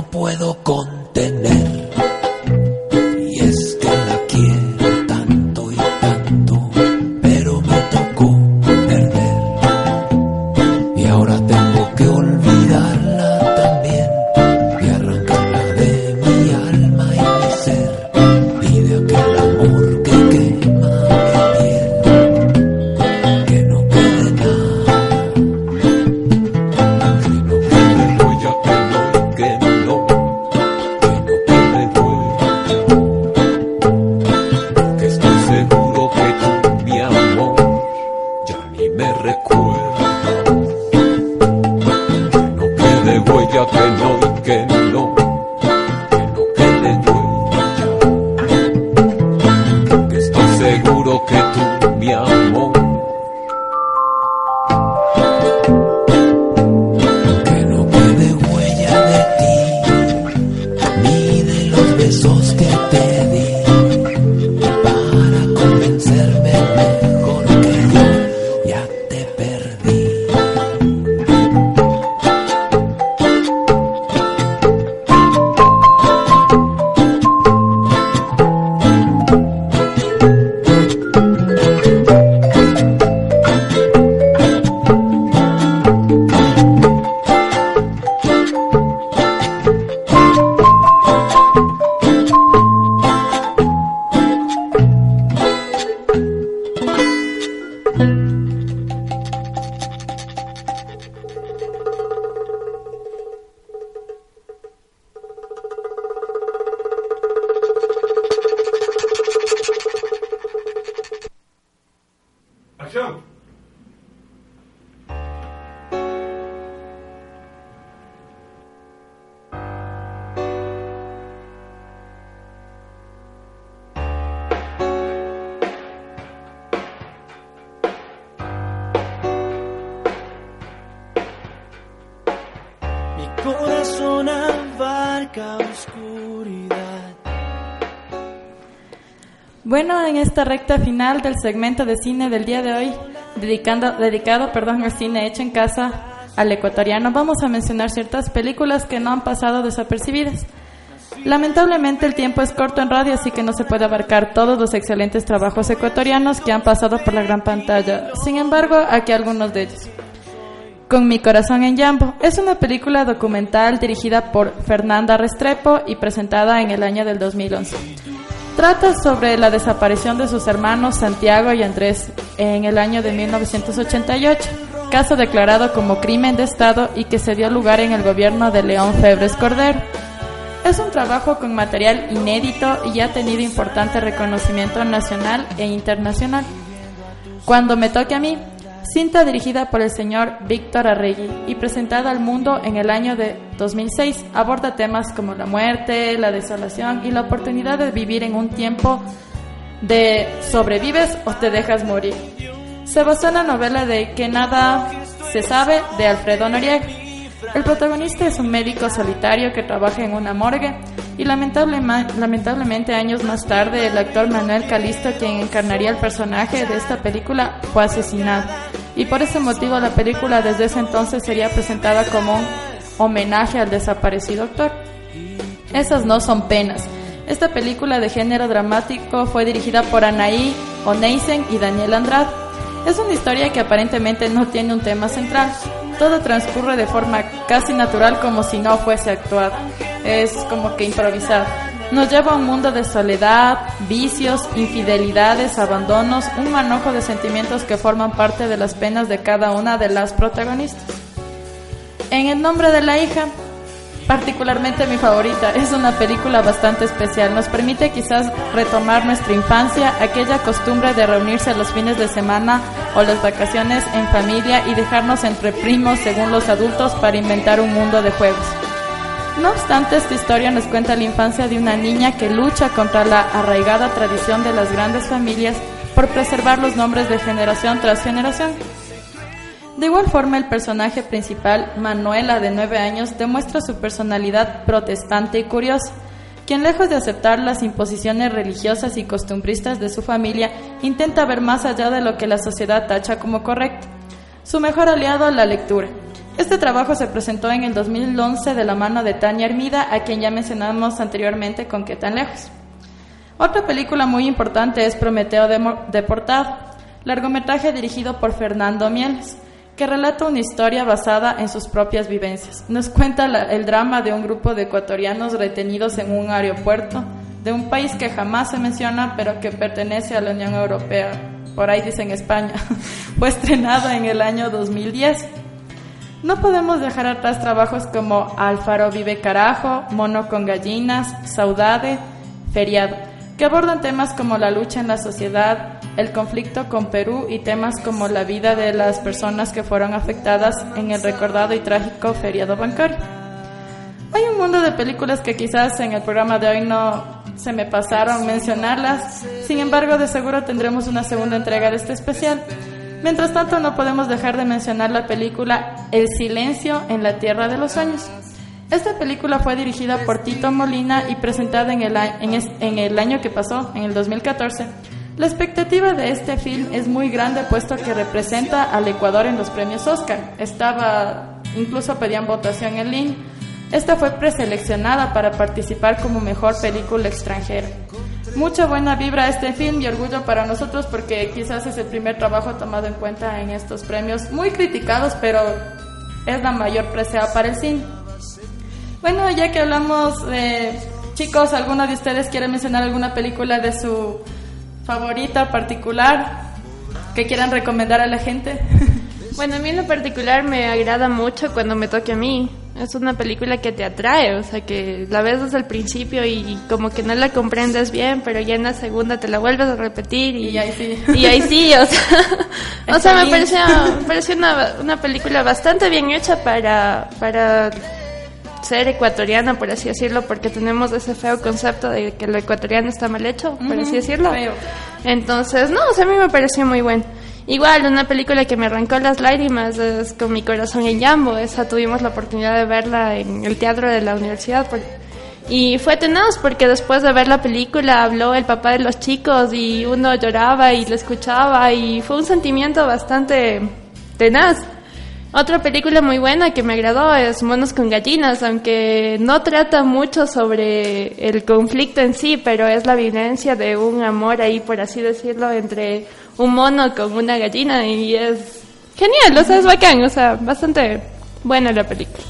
puedo contener. Y es que la quiero tanto y tanto, pero me tocó perder. Y ahora tengo que olvidarla también y arrancarla de mi alma y mi ser y de aquel amor que quema mi piel. Que no quede nada, que no quede huella, que no, que no, que no quede huella. Que estoy seguro que tú, mi amor, ya ni me recuerdas. Que no quede huella, que no, que no, que no quede huella. Que estoy seguro que tú, mi amor, que no quede huella de ti, ni de los besos que te di, para convencerme mejor que yo ya te perdí. ¡Acción! Mi corazón abarca oscuridad. Bueno, en esta recta final del segmento de cine del día de hoy, dedicando, dedicado perdón, al cine hecho en casa, al ecuatoriano, vamos a mencionar ciertas películas que no han pasado desapercibidas. Lamentablemente el tiempo es corto en radio, así que no se puede abarcar todos los excelentes trabajos ecuatorianos que han pasado por la gran pantalla. Sin embargo, aquí algunos de ellos. Con mi corazón en Yambo es una película documental dirigida por Fernanda Restrepo y presentada en el año del dos mil once. Trata sobre la desaparición de sus hermanos Santiago y Andrés en el año de mil novecientos ochenta y ocho, caso declarado como crimen de Estado y que se dio lugar en el gobierno de León Febres Cordero. Es un trabajo con material inédito y ha tenido importante reconocimiento nacional e internacional. Cuando me toque a mí, cinta dirigida por el señor Víctor Arregui y presentada al mundo en el año de dos mil seis, aborda temas como la muerte, la desolación y la oportunidad de vivir en un tiempo de sobrevives o te dejas morir. Se basó en la novela de Que nada se sabe de Alfredo Noriega. El protagonista es un médico solitario que trabaja en una morgue y lamentable, lamentablemente años más tarde el actor Manuel Calisto, quien encarnaría el personaje de esta película, fue asesinado. Y por ese motivo la película desde ese entonces sería presentada como un homenaje al desaparecido actor. Esas no son penas. Esta película de género dramático fue dirigida por Anaí Oneisen y Daniel Andrade. Es una historia que aparentemente no tiene un tema central. Todo transcurre de forma casi natural, como si no fuese actuado. Es como que improvisado. Nos lleva a un mundo de soledad, vicios, infidelidades, abandonos, un manojo de sentimientos que forman parte de las penas de cada una de las protagonistas. En el nombre de la hija, particularmente mi favorita, es una película bastante especial. Nos permite quizás retomar nuestra infancia, aquella costumbre de reunirse los fines de semana o las vacaciones en familia y dejarnos entre primos según los adultos para inventar un mundo de juegos. No obstante, esta historia nos cuenta la infancia de una niña que lucha contra la arraigada tradición de las grandes familias por preservar los nombres de generación tras generación. De igual forma, el personaje principal, Manuela, de nueve años, demuestra su personalidad protestante y curiosa, quien lejos de aceptar las imposiciones religiosas y costumbristas de su familia, intenta ver más allá de lo que la sociedad tacha como correcto. Su mejor aliado, la lectura. Este trabajo se presentó en el dos mil once de la mano de Tania Hermida, a quien ya mencionamos anteriormente con Qué tan lejos. Otra película muy importante es Prometeo deportado, largometraje dirigido por Fernando Mieles, que relata una historia basada en sus propias vivencias. Nos cuenta la, el drama de un grupo de ecuatorianos retenidos en un aeropuerto de un país que jamás se menciona, pero que pertenece a la Unión Europea, por ahí dicen España. Fue estrenado en el año dos mil diez. No podemos dejar atrás trabajos como Alfaro vive carajo, Mono con gallinas, Saudade, Feriado, que abordan temas como la lucha en la sociedad, el conflicto con Perú y temas como la vida de las personas que fueron afectadas en el recordado y trágico feriado bancario. Hay un mundo de películas que quizás en el programa de hoy no se me pasaron mencionarlas, sin embargo de seguro tendremos una segunda entrega de este especial. Mientras tanto, no podemos dejar de mencionar la película El silencio en la tierra de los sueños. Esta película fue dirigida por Tito Molina y presentada en el, en, es, en el año que pasó, en el dos mil catorce. La expectativa de este film es muy grande, puesto que representa al Ecuador en los premios Oscar. Estaba, incluso pedían votación en línea. Esta fue preseleccionada para participar como mejor película extranjera. Mucha buena vibra a este film y orgullo para nosotros, porque quizás es el primer trabajo tomado en cuenta en estos premios, muy criticados, pero es la mayor presea para el cine. Bueno, ya que hablamos de chicos, ¿alguno de ustedes quiere mencionar alguna película de su favorita particular que quieran recomendar a la gente? Bueno, a mí en lo particular me agrada mucho Cuando me toque a mí. Es una película que te atrae, o sea, que la ves desde el principio y como que no la comprendes bien, pero ya en la segunda te la vuelves a repetir y, y ahí sí. Y ahí sí, o sea, o sea me pareció, me pareció una, una película bastante bien hecha para, para ser ecuatoriana, por así decirlo, porque tenemos ese feo concepto de que lo ecuatoriano está mal hecho, por uh-huh, así decirlo. Feo. Entonces, no, o sea, a mí me pareció muy bueno. Igual, una película que me arrancó las lágrimas es Con mi corazón en Yambo. Esa tuvimos la oportunidad de verla en el teatro de la universidad. Por... Y fue tenaz porque después de ver la película habló el papá de los chicos y uno lloraba y lo escuchaba y fue un sentimiento bastante tenaz. Otra película muy buena que me agradó es Monos con gallinas, aunque no trata mucho sobre el conflicto en sí, pero es la vivencia de un amor ahí, por así decirlo, entre un mono con una gallina y es genial, o sea, es bacán, o sea, bastante buena la película.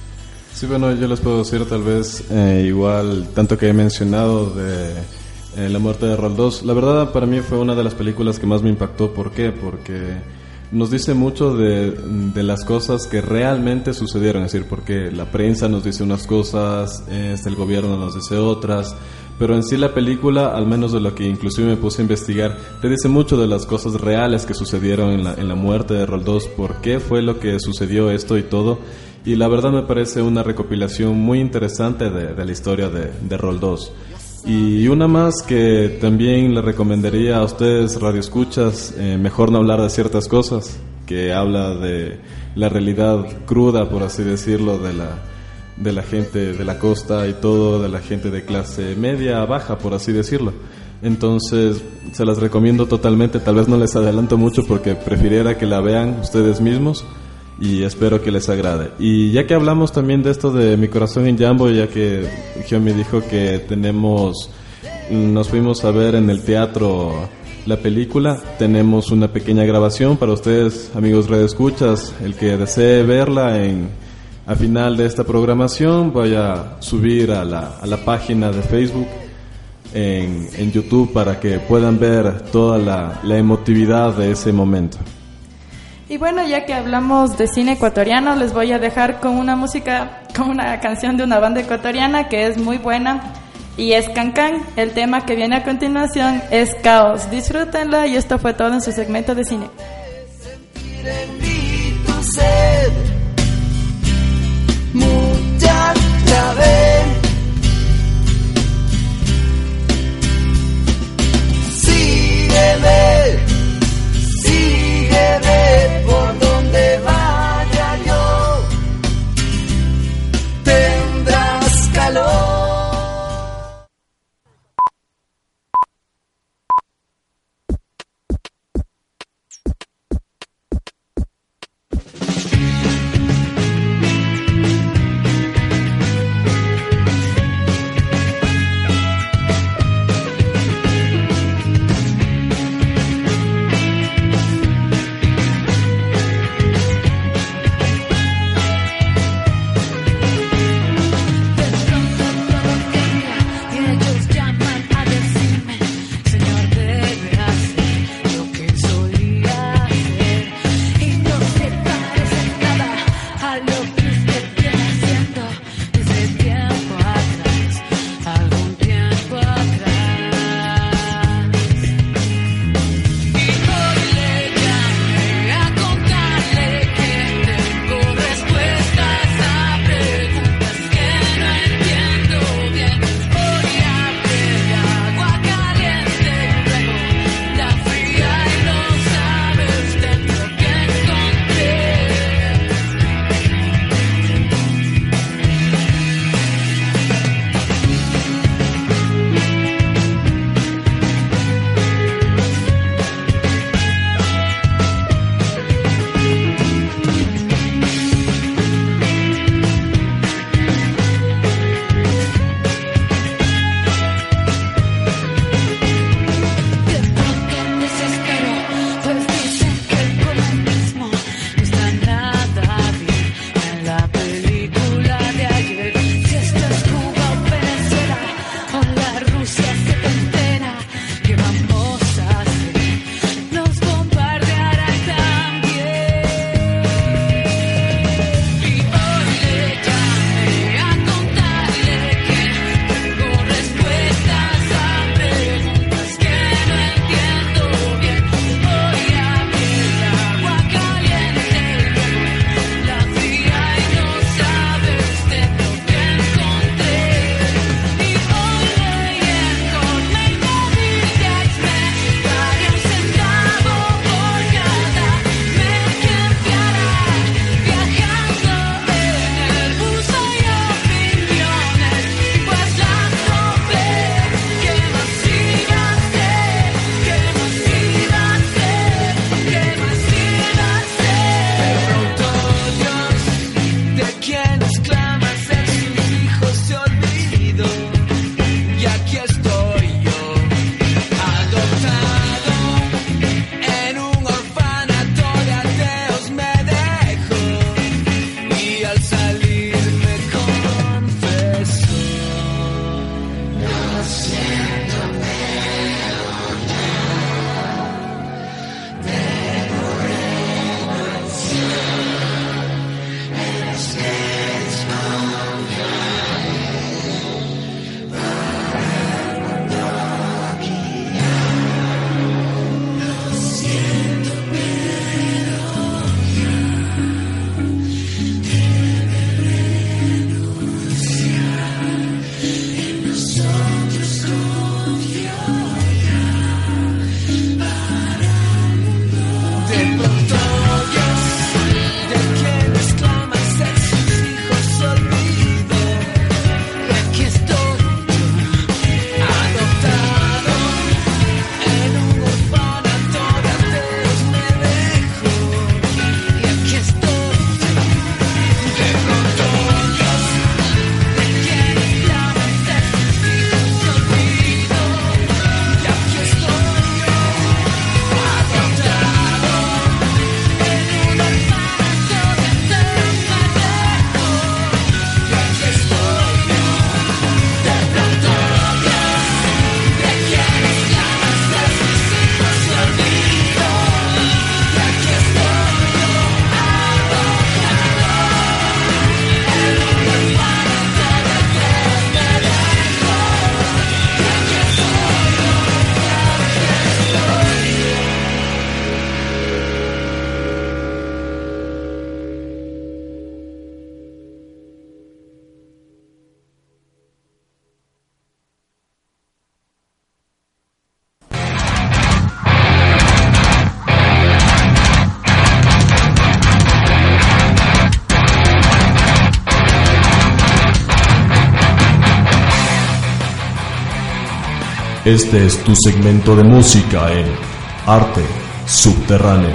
Sí, bueno, yo les puedo decir tal vez eh, igual, tanto que he mencionado de eh, La muerte de Roldós, la verdad para mí fue una de las películas que más me impactó. ¿Por qué? Porque nos dice mucho de, de las cosas que realmente sucedieron, es decir, porque la prensa nos dice unas cosas, este, el gobierno nos dice otras, pero en sí la película, al menos de lo que inclusive me puse a investigar, te dice mucho de las cosas reales que sucedieron en la, en la muerte de Roldós, por qué fue lo que sucedió esto y todo, y la verdad me parece una recopilación muy interesante de, de la historia de, de Roldós. Y una más que también le recomendaría a ustedes, radioescuchas, eh, mejor no hablar de ciertas cosas, que habla de la realidad cruda, por así decirlo, de la, de la gente de la costa y todo, de la gente de clase media, baja, por así decirlo. Entonces, se las recomiendo totalmente, tal vez no les adelanto mucho porque prefiriera que la vean ustedes mismos. Y espero que les agrade. Y ya que hablamos también de esto de Mi corazón en Yambo, ya que Giomi dijo que tenemos, nos fuimos a ver en el teatro la película, tenemos una pequeña grabación para ustedes, amigos radioescuchas. El que desee verla en, a final de esta programación, voy a subir a la, a la página de Facebook, en, en YouTube, para que puedan ver toda la, la emotividad de ese momento. Y bueno, ya que hablamos de cine ecuatoriano, les voy a dejar con una música, con una canción de una banda ecuatoriana que es muy buena y es Cancán. El tema que viene a continuación es Caos. Disfrútenla y esto fue todo en su segmento de cine. Sígueme, sígueme por donde vaya yo, tendrás calor. al salir me confesó. Lo siento, pero ya tengo redención. Eres Este es tu segmento de música en Arte Subterráneo.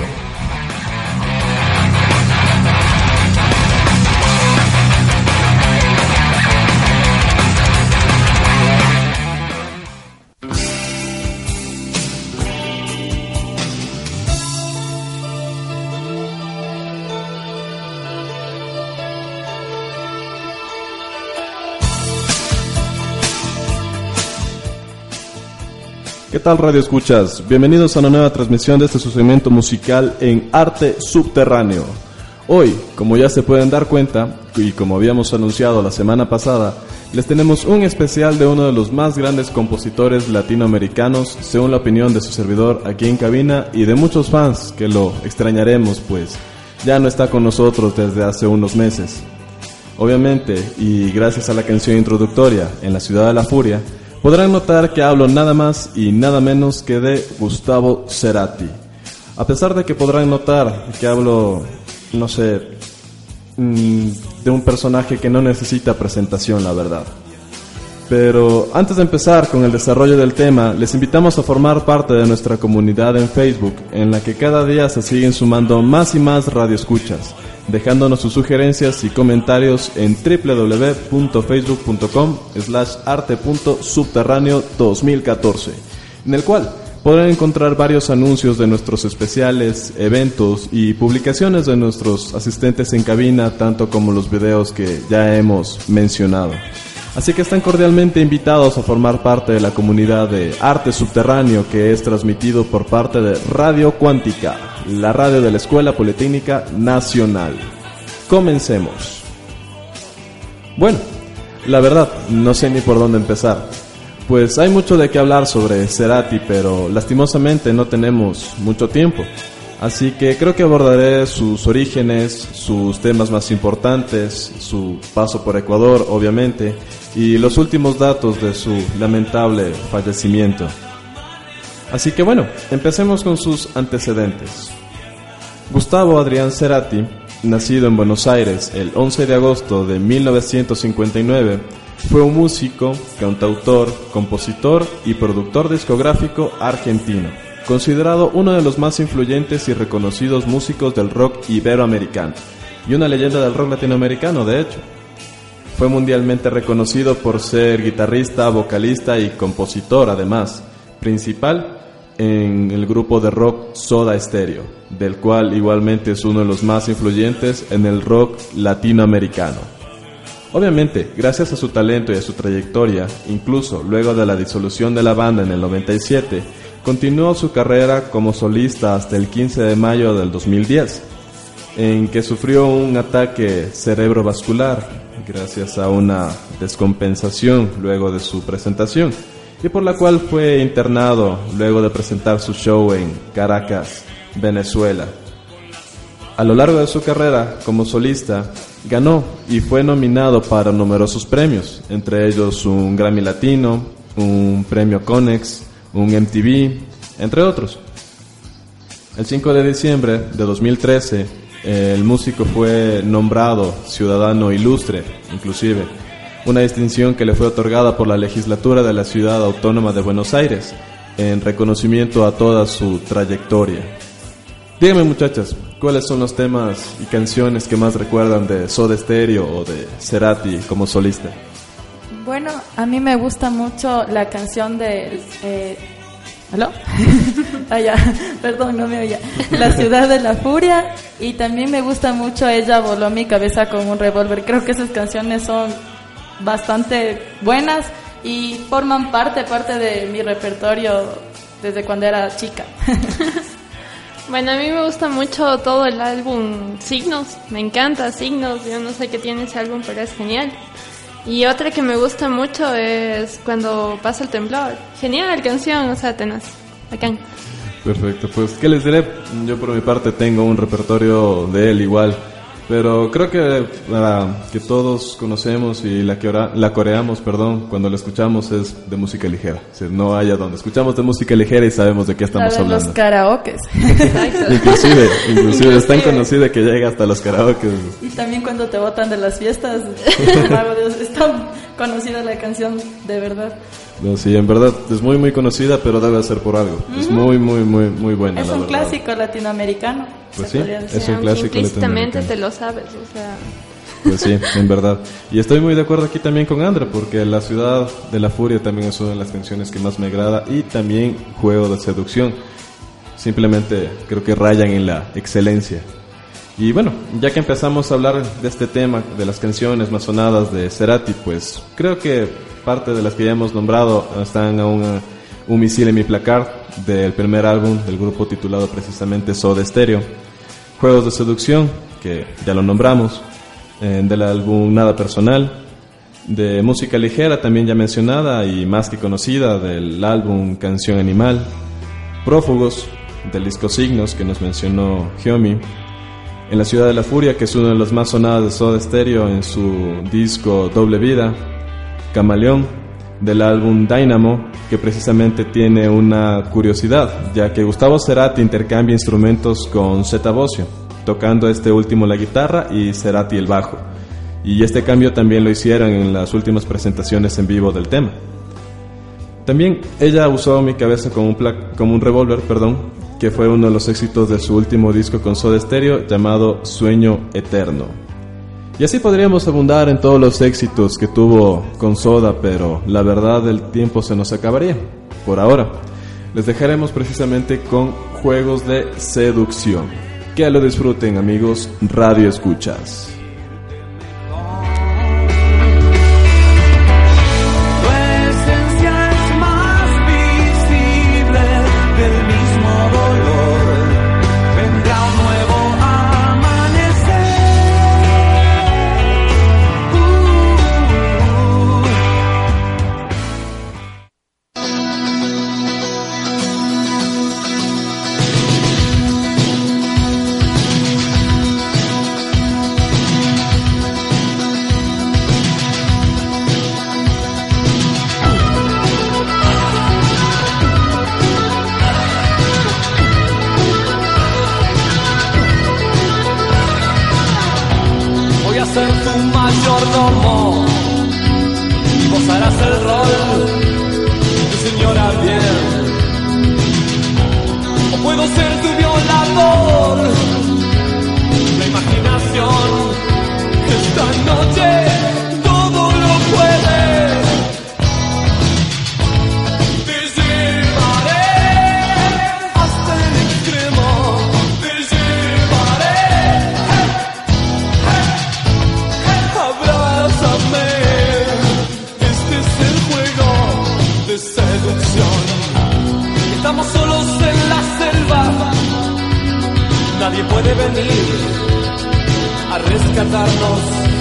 ¿Qué tal, Radio Escuchas? Bienvenidos a una nueva transmisión de este su segmento musical en Arte Subterráneo. Hoy, como ya se pueden dar cuenta, y como habíamos anunciado la semana pasada, les tenemos un especial de uno de los más grandes compositores latinoamericanos, según la opinión de su servidor aquí en cabina y de muchos fans que lo extrañaremos, pues ya no está con nosotros desde hace unos meses. Obviamente, y gracias a la canción introductoria, En la Ciudad de la Furia, podrán notar que hablo nada más y nada menos que de Gustavo Cerati. A pesar de que podrán notar que hablo, no sé, de un personaje que no necesita presentación, la verdad. Pero antes de empezar con el desarrollo del tema, les invitamos a formar parte de nuestra comunidad en Facebook, en la que cada día se siguen sumando más y más radioescuchas, dejándonos sus sugerencias y comentarios en doble u doble u doble u punto facebook punto com slash arte punto subterráneo dos mil catorce, en el cual podrán encontrar varios anuncios de nuestros especiales, eventos y publicaciones de nuestros asistentes en cabina, tanto como los videos que ya hemos mencionado. Así que están cordialmente invitados a formar parte de la comunidad de Arte Subterráneo, que es transmitido por parte de Radio Cuántica, la radio de la Escuela Politécnica Nacional. Comencemos. Bueno, la verdad, no sé ni por dónde empezar, pues hay mucho de qué hablar sobre Cerati, pero lastimosamente no tenemos mucho tiempo. Así que creo que abordaré sus orígenes, sus temas más importantes, su paso por Ecuador, obviamente, y los últimos datos de su lamentable fallecimiento. Así que bueno, empecemos con sus antecedentes. Gustavo Adrián Cerati, nacido en Buenos Aires el once de agosto de mil novecientos cincuenta y nueve, fue un músico, cantautor, compositor y productor discográfico argentino, considerado uno de los más influyentes y reconocidos músicos del rock iberoamericano, y una leyenda del rock latinoamericano, de hecho. Fue mundialmente reconocido por ser guitarrista, vocalista y compositor, además, principal en el grupo de rock Soda Stereo, del cual igualmente es uno de los más influyentes en el rock latinoamericano. Obviamente, gracias a su talento y a su trayectoria, incluso luego de la disolución de la banda en el noventa y siete, continuó su carrera como solista hasta el quince de mayo del dos mil diez, en que sufrió un ataque cerebrovascular gracias a una descompensación luego de su presentación, y por la cual fue internado luego de presentar su show en Caracas, Venezuela. A lo largo de su carrera como solista, ganó y fue nominado para numerosos premios, entre ellos un Grammy Latino, un premio Conex, un M T V, entre otros. El cinco de diciembre de dos mil trece, el músico fue nombrado Ciudadano Ilustre, inclusive, una distinción que le fue otorgada por la legislatura de la Ciudad Autónoma de Buenos Aires, en reconocimiento a toda su trayectoria. Díganme, muchachas, ¿cuáles son los temas y canciones que más recuerdan de Soda Stereo o de Cerati como solista? Bueno, a mí me gusta mucho la canción de... Eh, ¿Aló? ah, ya, perdón, no me oía. La Ciudad de la Furia, y también me gusta mucho Ella voló mi cabeza con un revólver. Creo que esas canciones son bastante buenas y forman parte, parte de mi repertorio desde cuando era chica. Bueno, a mí me gusta mucho todo el álbum Signos, me encanta Signos, yo no sé qué tiene ese álbum, pero es genial. Y otra que me gusta mucho es Cuando pasa el temblor, genial canción, o sea, tenaz, bacán. Perfecto, pues ¿qué les diré? Yo por mi parte tengo un repertorio de él igual, pero creo que la que todos conocemos y la que ora, la coreamos, perdón, cuando la escuchamos es de música ligera. O sea, no hay a donde escuchamos de música ligera y sabemos de qué estamos la de hablando. Los karaokes. inclusive, inclusive es tan conocida que llega hasta los karaokes. Y también cuando te botan de las fiestas, mago Dios, es tan conocida la canción, de verdad. No, sí, en verdad es muy muy conocida, pero debe ser por algo. Uh-huh. Es muy muy muy muy buena. Es la un verdad. Clásico latinoamericano. Pues sí, es un clásico implícitamente latinoamericano. te lo sabes, o sea. Pues sí, en verdad. Y estoy muy de acuerdo aquí también con Andra, porque La Ciudad de la Furia también es una de las canciones que más me agrada, y también Juego de Seducción. Simplemente creo que rayan en la excelencia. Y bueno, ya que empezamos a hablar de este tema, de las canciones más sonadas de Cerati, pues creo que parte de las que ya hemos nombrado están a una, un misil en mi placard del primer álbum del grupo titulado precisamente Soda Stereo. Juegos de Seducción, que ya lo nombramos, eh, del álbum Nada Personal, de música ligera también ya mencionada y más que conocida del álbum Canción Animal, Prófugos, del disco Signos que nos mencionó Hyomi, En la Ciudad de la Furia, que es uno de los más sonados de Soda Stereo en su disco Doble Vida, Camaleón, del álbum Dynamo, que precisamente tiene una curiosidad, ya que Gustavo Cerati intercambia instrumentos con Zeta Bosio, tocando este último la guitarra y Cerati el bajo, y este cambio también lo hicieron en las últimas presentaciones en vivo del tema. También ella usó Mi Cabeza como un, pla- como un revólver, perdón, que fue uno de los éxitos de su último disco con Soda Stereo, llamado Sueño Eterno. Y así podríamos abundar en todos los éxitos que tuvo con Soda, pero la verdad el tiempo se nos acabaría. Por ahora, les dejaremos precisamente con Juegos de Seducción. Que lo disfruten, amigos Radio Escuchas. Te llevaré puede venir a rescatarnos.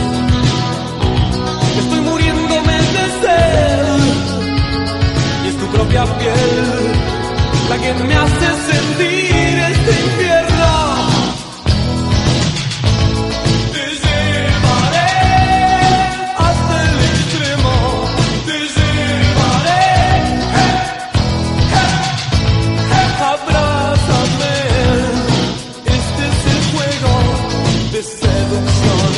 Estoy muriéndome de sed y es tu propia piel la que me hace sentir este infierno. Te llevaré hasta el extremo, te llevaré, hey, hey, hey. Abrázame, este es el juego de seducción.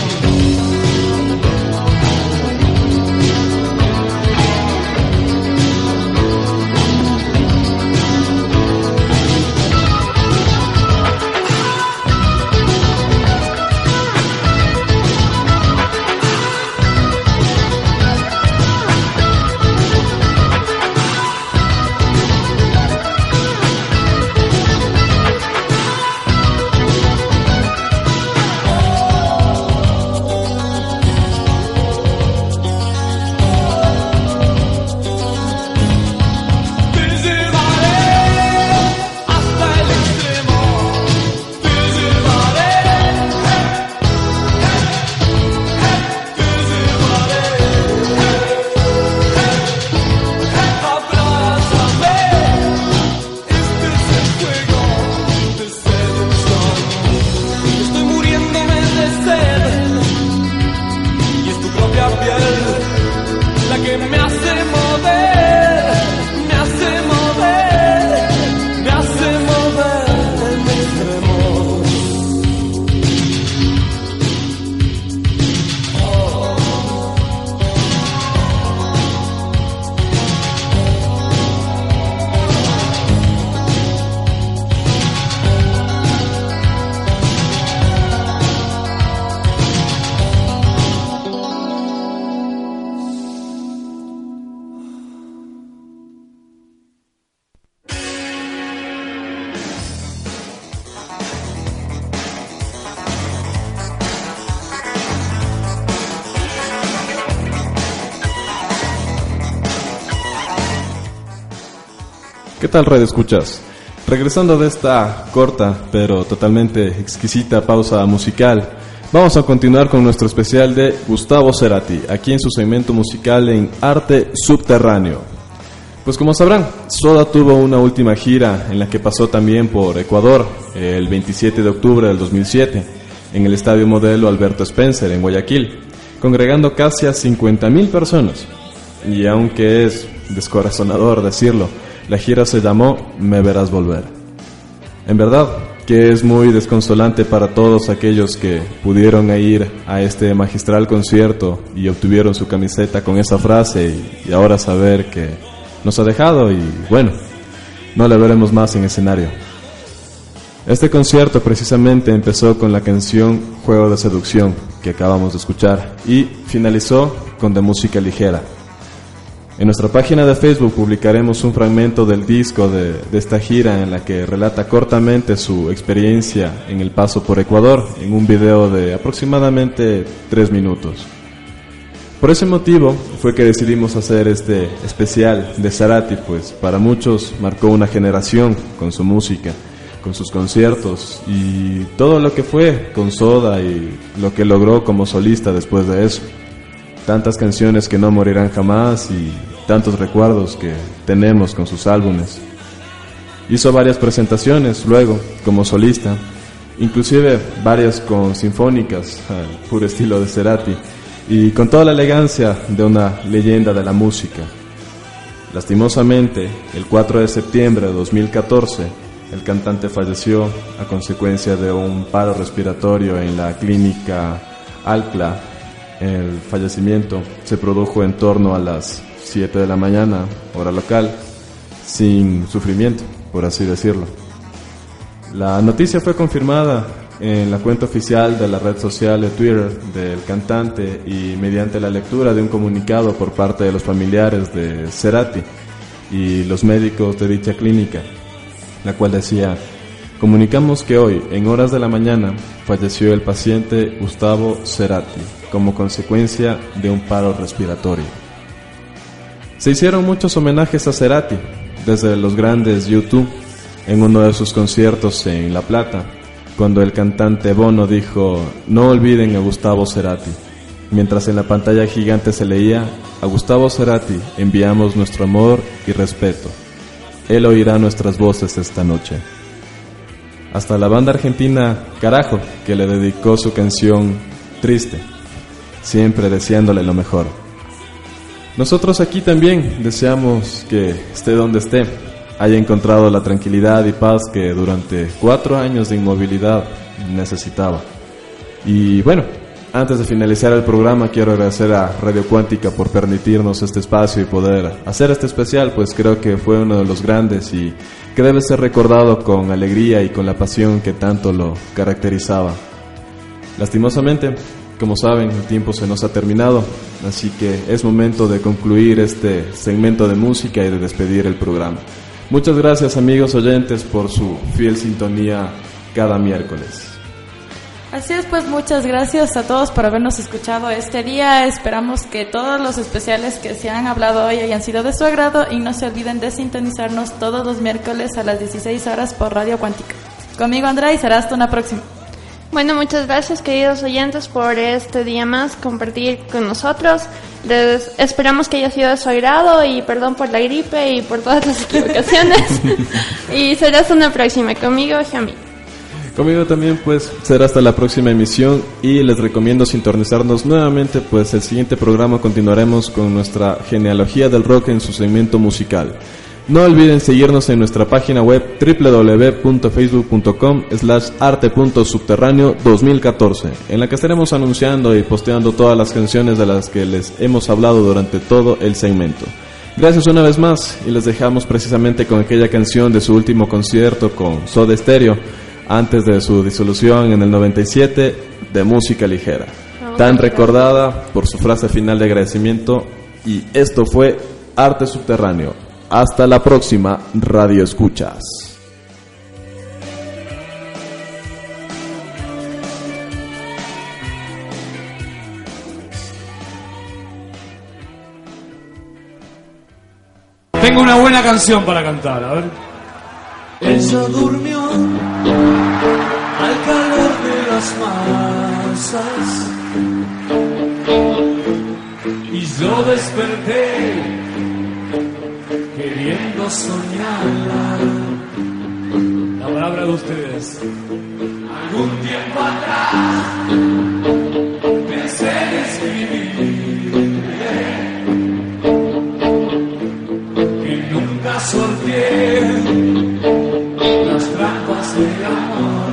¿Qué tal, Radio Escuchas? Regresando de esta corta pero totalmente exquisita pausa musical, vamos a continuar con nuestro especial de Gustavo Cerati, aquí en su segmento musical en Arte Subterráneo. Pues como sabrán, Soda tuvo una última gira en la que pasó también por Ecuador el veintisiete de octubre del dos mil siete en el Estadio Modelo Alberto Spencer en Guayaquil, congregando casi a cincuenta mil personas. Y aunque es descorazonador decirlo, la gira se llamó Me Verás Volver. En verdad que es muy desconsolante para todos aquellos que pudieron ir a este magistral concierto y obtuvieron su camiseta con esa frase y, y ahora saber que nos ha dejado y bueno, no le veremos más en escenario. Este concierto precisamente empezó con la canción Juego de Seducción que acabamos de escuchar y finalizó con De Música Ligera. En nuestra página de Facebook publicaremos un fragmento del disco de, de esta gira en la que relata cortamente su experiencia en el paso por Ecuador en un video de aproximadamente tres minutos. Por ese motivo fue que decidimos hacer este especial de Cerati, pues para muchos marcó una generación con su música, con sus conciertos y todo lo que fue con Soda y lo que logró como solista después de eso. Tantas canciones que no morirán jamás y tantos recuerdos que tenemos con sus álbumes. Hizo varias presentaciones luego como solista, inclusive varias con sinfónicas, al puro estilo de Cerati, y con toda la elegancia de una leyenda de la música. Lastimosamente, el cuatro de septiembre de dos mil catorce, el cantante falleció a consecuencia de un paro respiratorio en la clínica Alcla. El fallecimiento se produjo en torno a las siete de la mañana, hora local, sin sufrimiento, por así decirlo. La noticia fue confirmada en la cuenta oficial de la red social de Twitter del cantante y mediante la lectura de un comunicado por parte de los familiares de Cerati y los médicos de dicha clínica, la cual decía: comunicamos que hoy, en horas de la mañana, falleció el paciente Gustavo Cerati como consecuencia de un paro respiratorio. Se hicieron muchos homenajes a Cerati, desde los grandes YouTube en uno de sus conciertos en La Plata, cuando el cantante Bono dijo: no olviden a Gustavo Cerati, mientras en la pantalla gigante se leía: a Gustavo Cerati enviamos nuestro amor y respeto. Él oirá nuestras voces esta noche. Hasta la banda argentina Carajo, que le dedicó su canción Triste, siempre deseándole lo mejor. Nosotros aquí también deseamos que esté donde esté, haya encontrado la tranquilidad y paz que durante cuatro años de inmovilidad necesitaba. Y bueno, antes de finalizar el programa, quiero agradecer a Radio Cuántica por permitirnos este espacio y poder hacer este especial, pues creo que fue uno de los grandes y que debe ser recordado con alegría y con la pasión que tanto lo caracterizaba. Lastimosamente, como saben, el tiempo se nos ha terminado, así que es momento de concluir este segmento de música y de despedir el programa. Muchas gracias, amigos oyentes, por su fiel sintonía cada miércoles. Así es, pues muchas gracias a todos por habernos escuchado este día. Esperamos que todos los especiales que se han hablado hoy hayan sido de su agrado y no se olviden de sintonizarnos todos los miércoles a las dieciséis horas por Radio Cuántica. Conmigo, Andrea, y será hasta una próxima. Bueno, muchas gracias, queridos oyentes, por este día más compartir con nosotros. Les esperamos que haya sido de su agrado y perdón por la gripe y por todas las equivocaciones. Y será hasta una próxima. Conmigo, Jami. Conmigo también, pues será hasta la próxima emisión y les recomiendo sintonizarnos nuevamente, pues el siguiente programa continuaremos con nuestra genealogía del rock en su segmento musical. No olviden seguirnos en nuestra página web doble u doble u doble u punto facebook punto com slash arte punto subterráneo dos mil catorce, en la que estaremos anunciando y posteando todas las canciones de las que les hemos hablado durante todo el segmento. Gracias una vez más y les dejamos precisamente con aquella canción de su último concierto con Soda Stereo, antes de su disolución en el noventa y siete, de Música Ligera, tan recordada por su frase final de agradecimiento. Y esto fue Arte Subterráneo. Hasta la próxima, Radio Escuchas. Tengo una buena canción para cantar, a ver. Ella durmió al calor de las masas y yo desperté queriendo soñarla. La palabra de ustedes. Algún tiempo atrás pensé en escribirle que nunca sorteé las trampas del amor.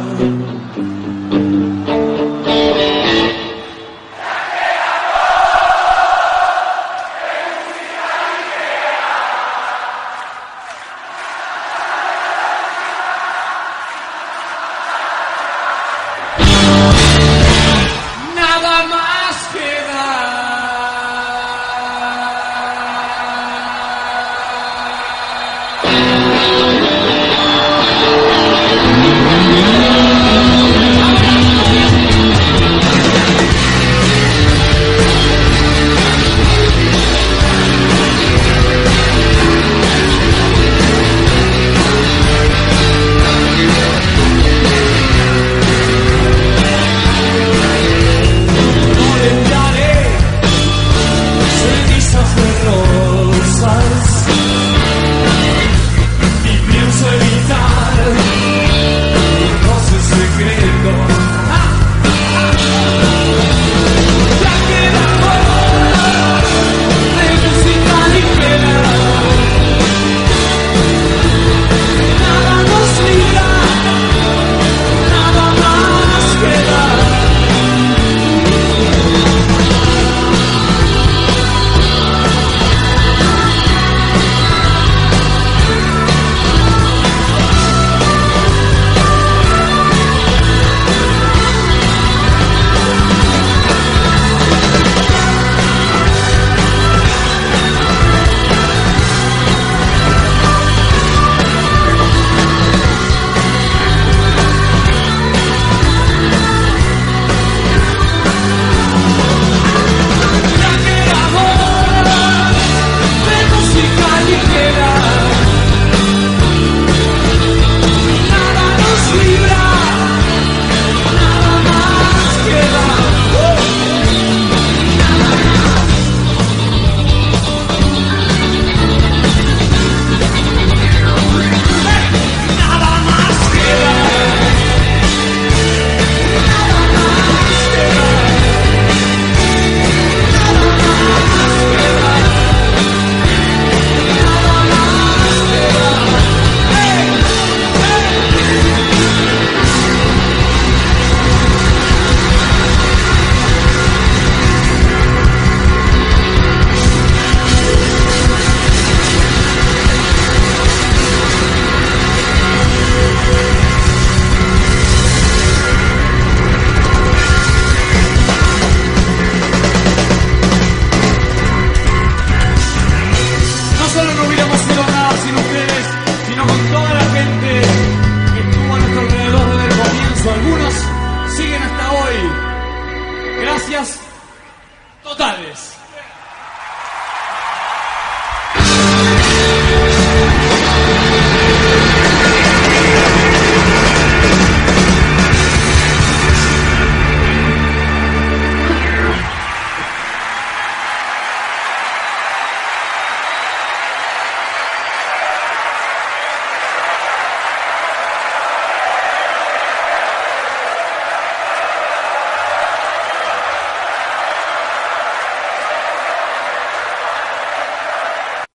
totales.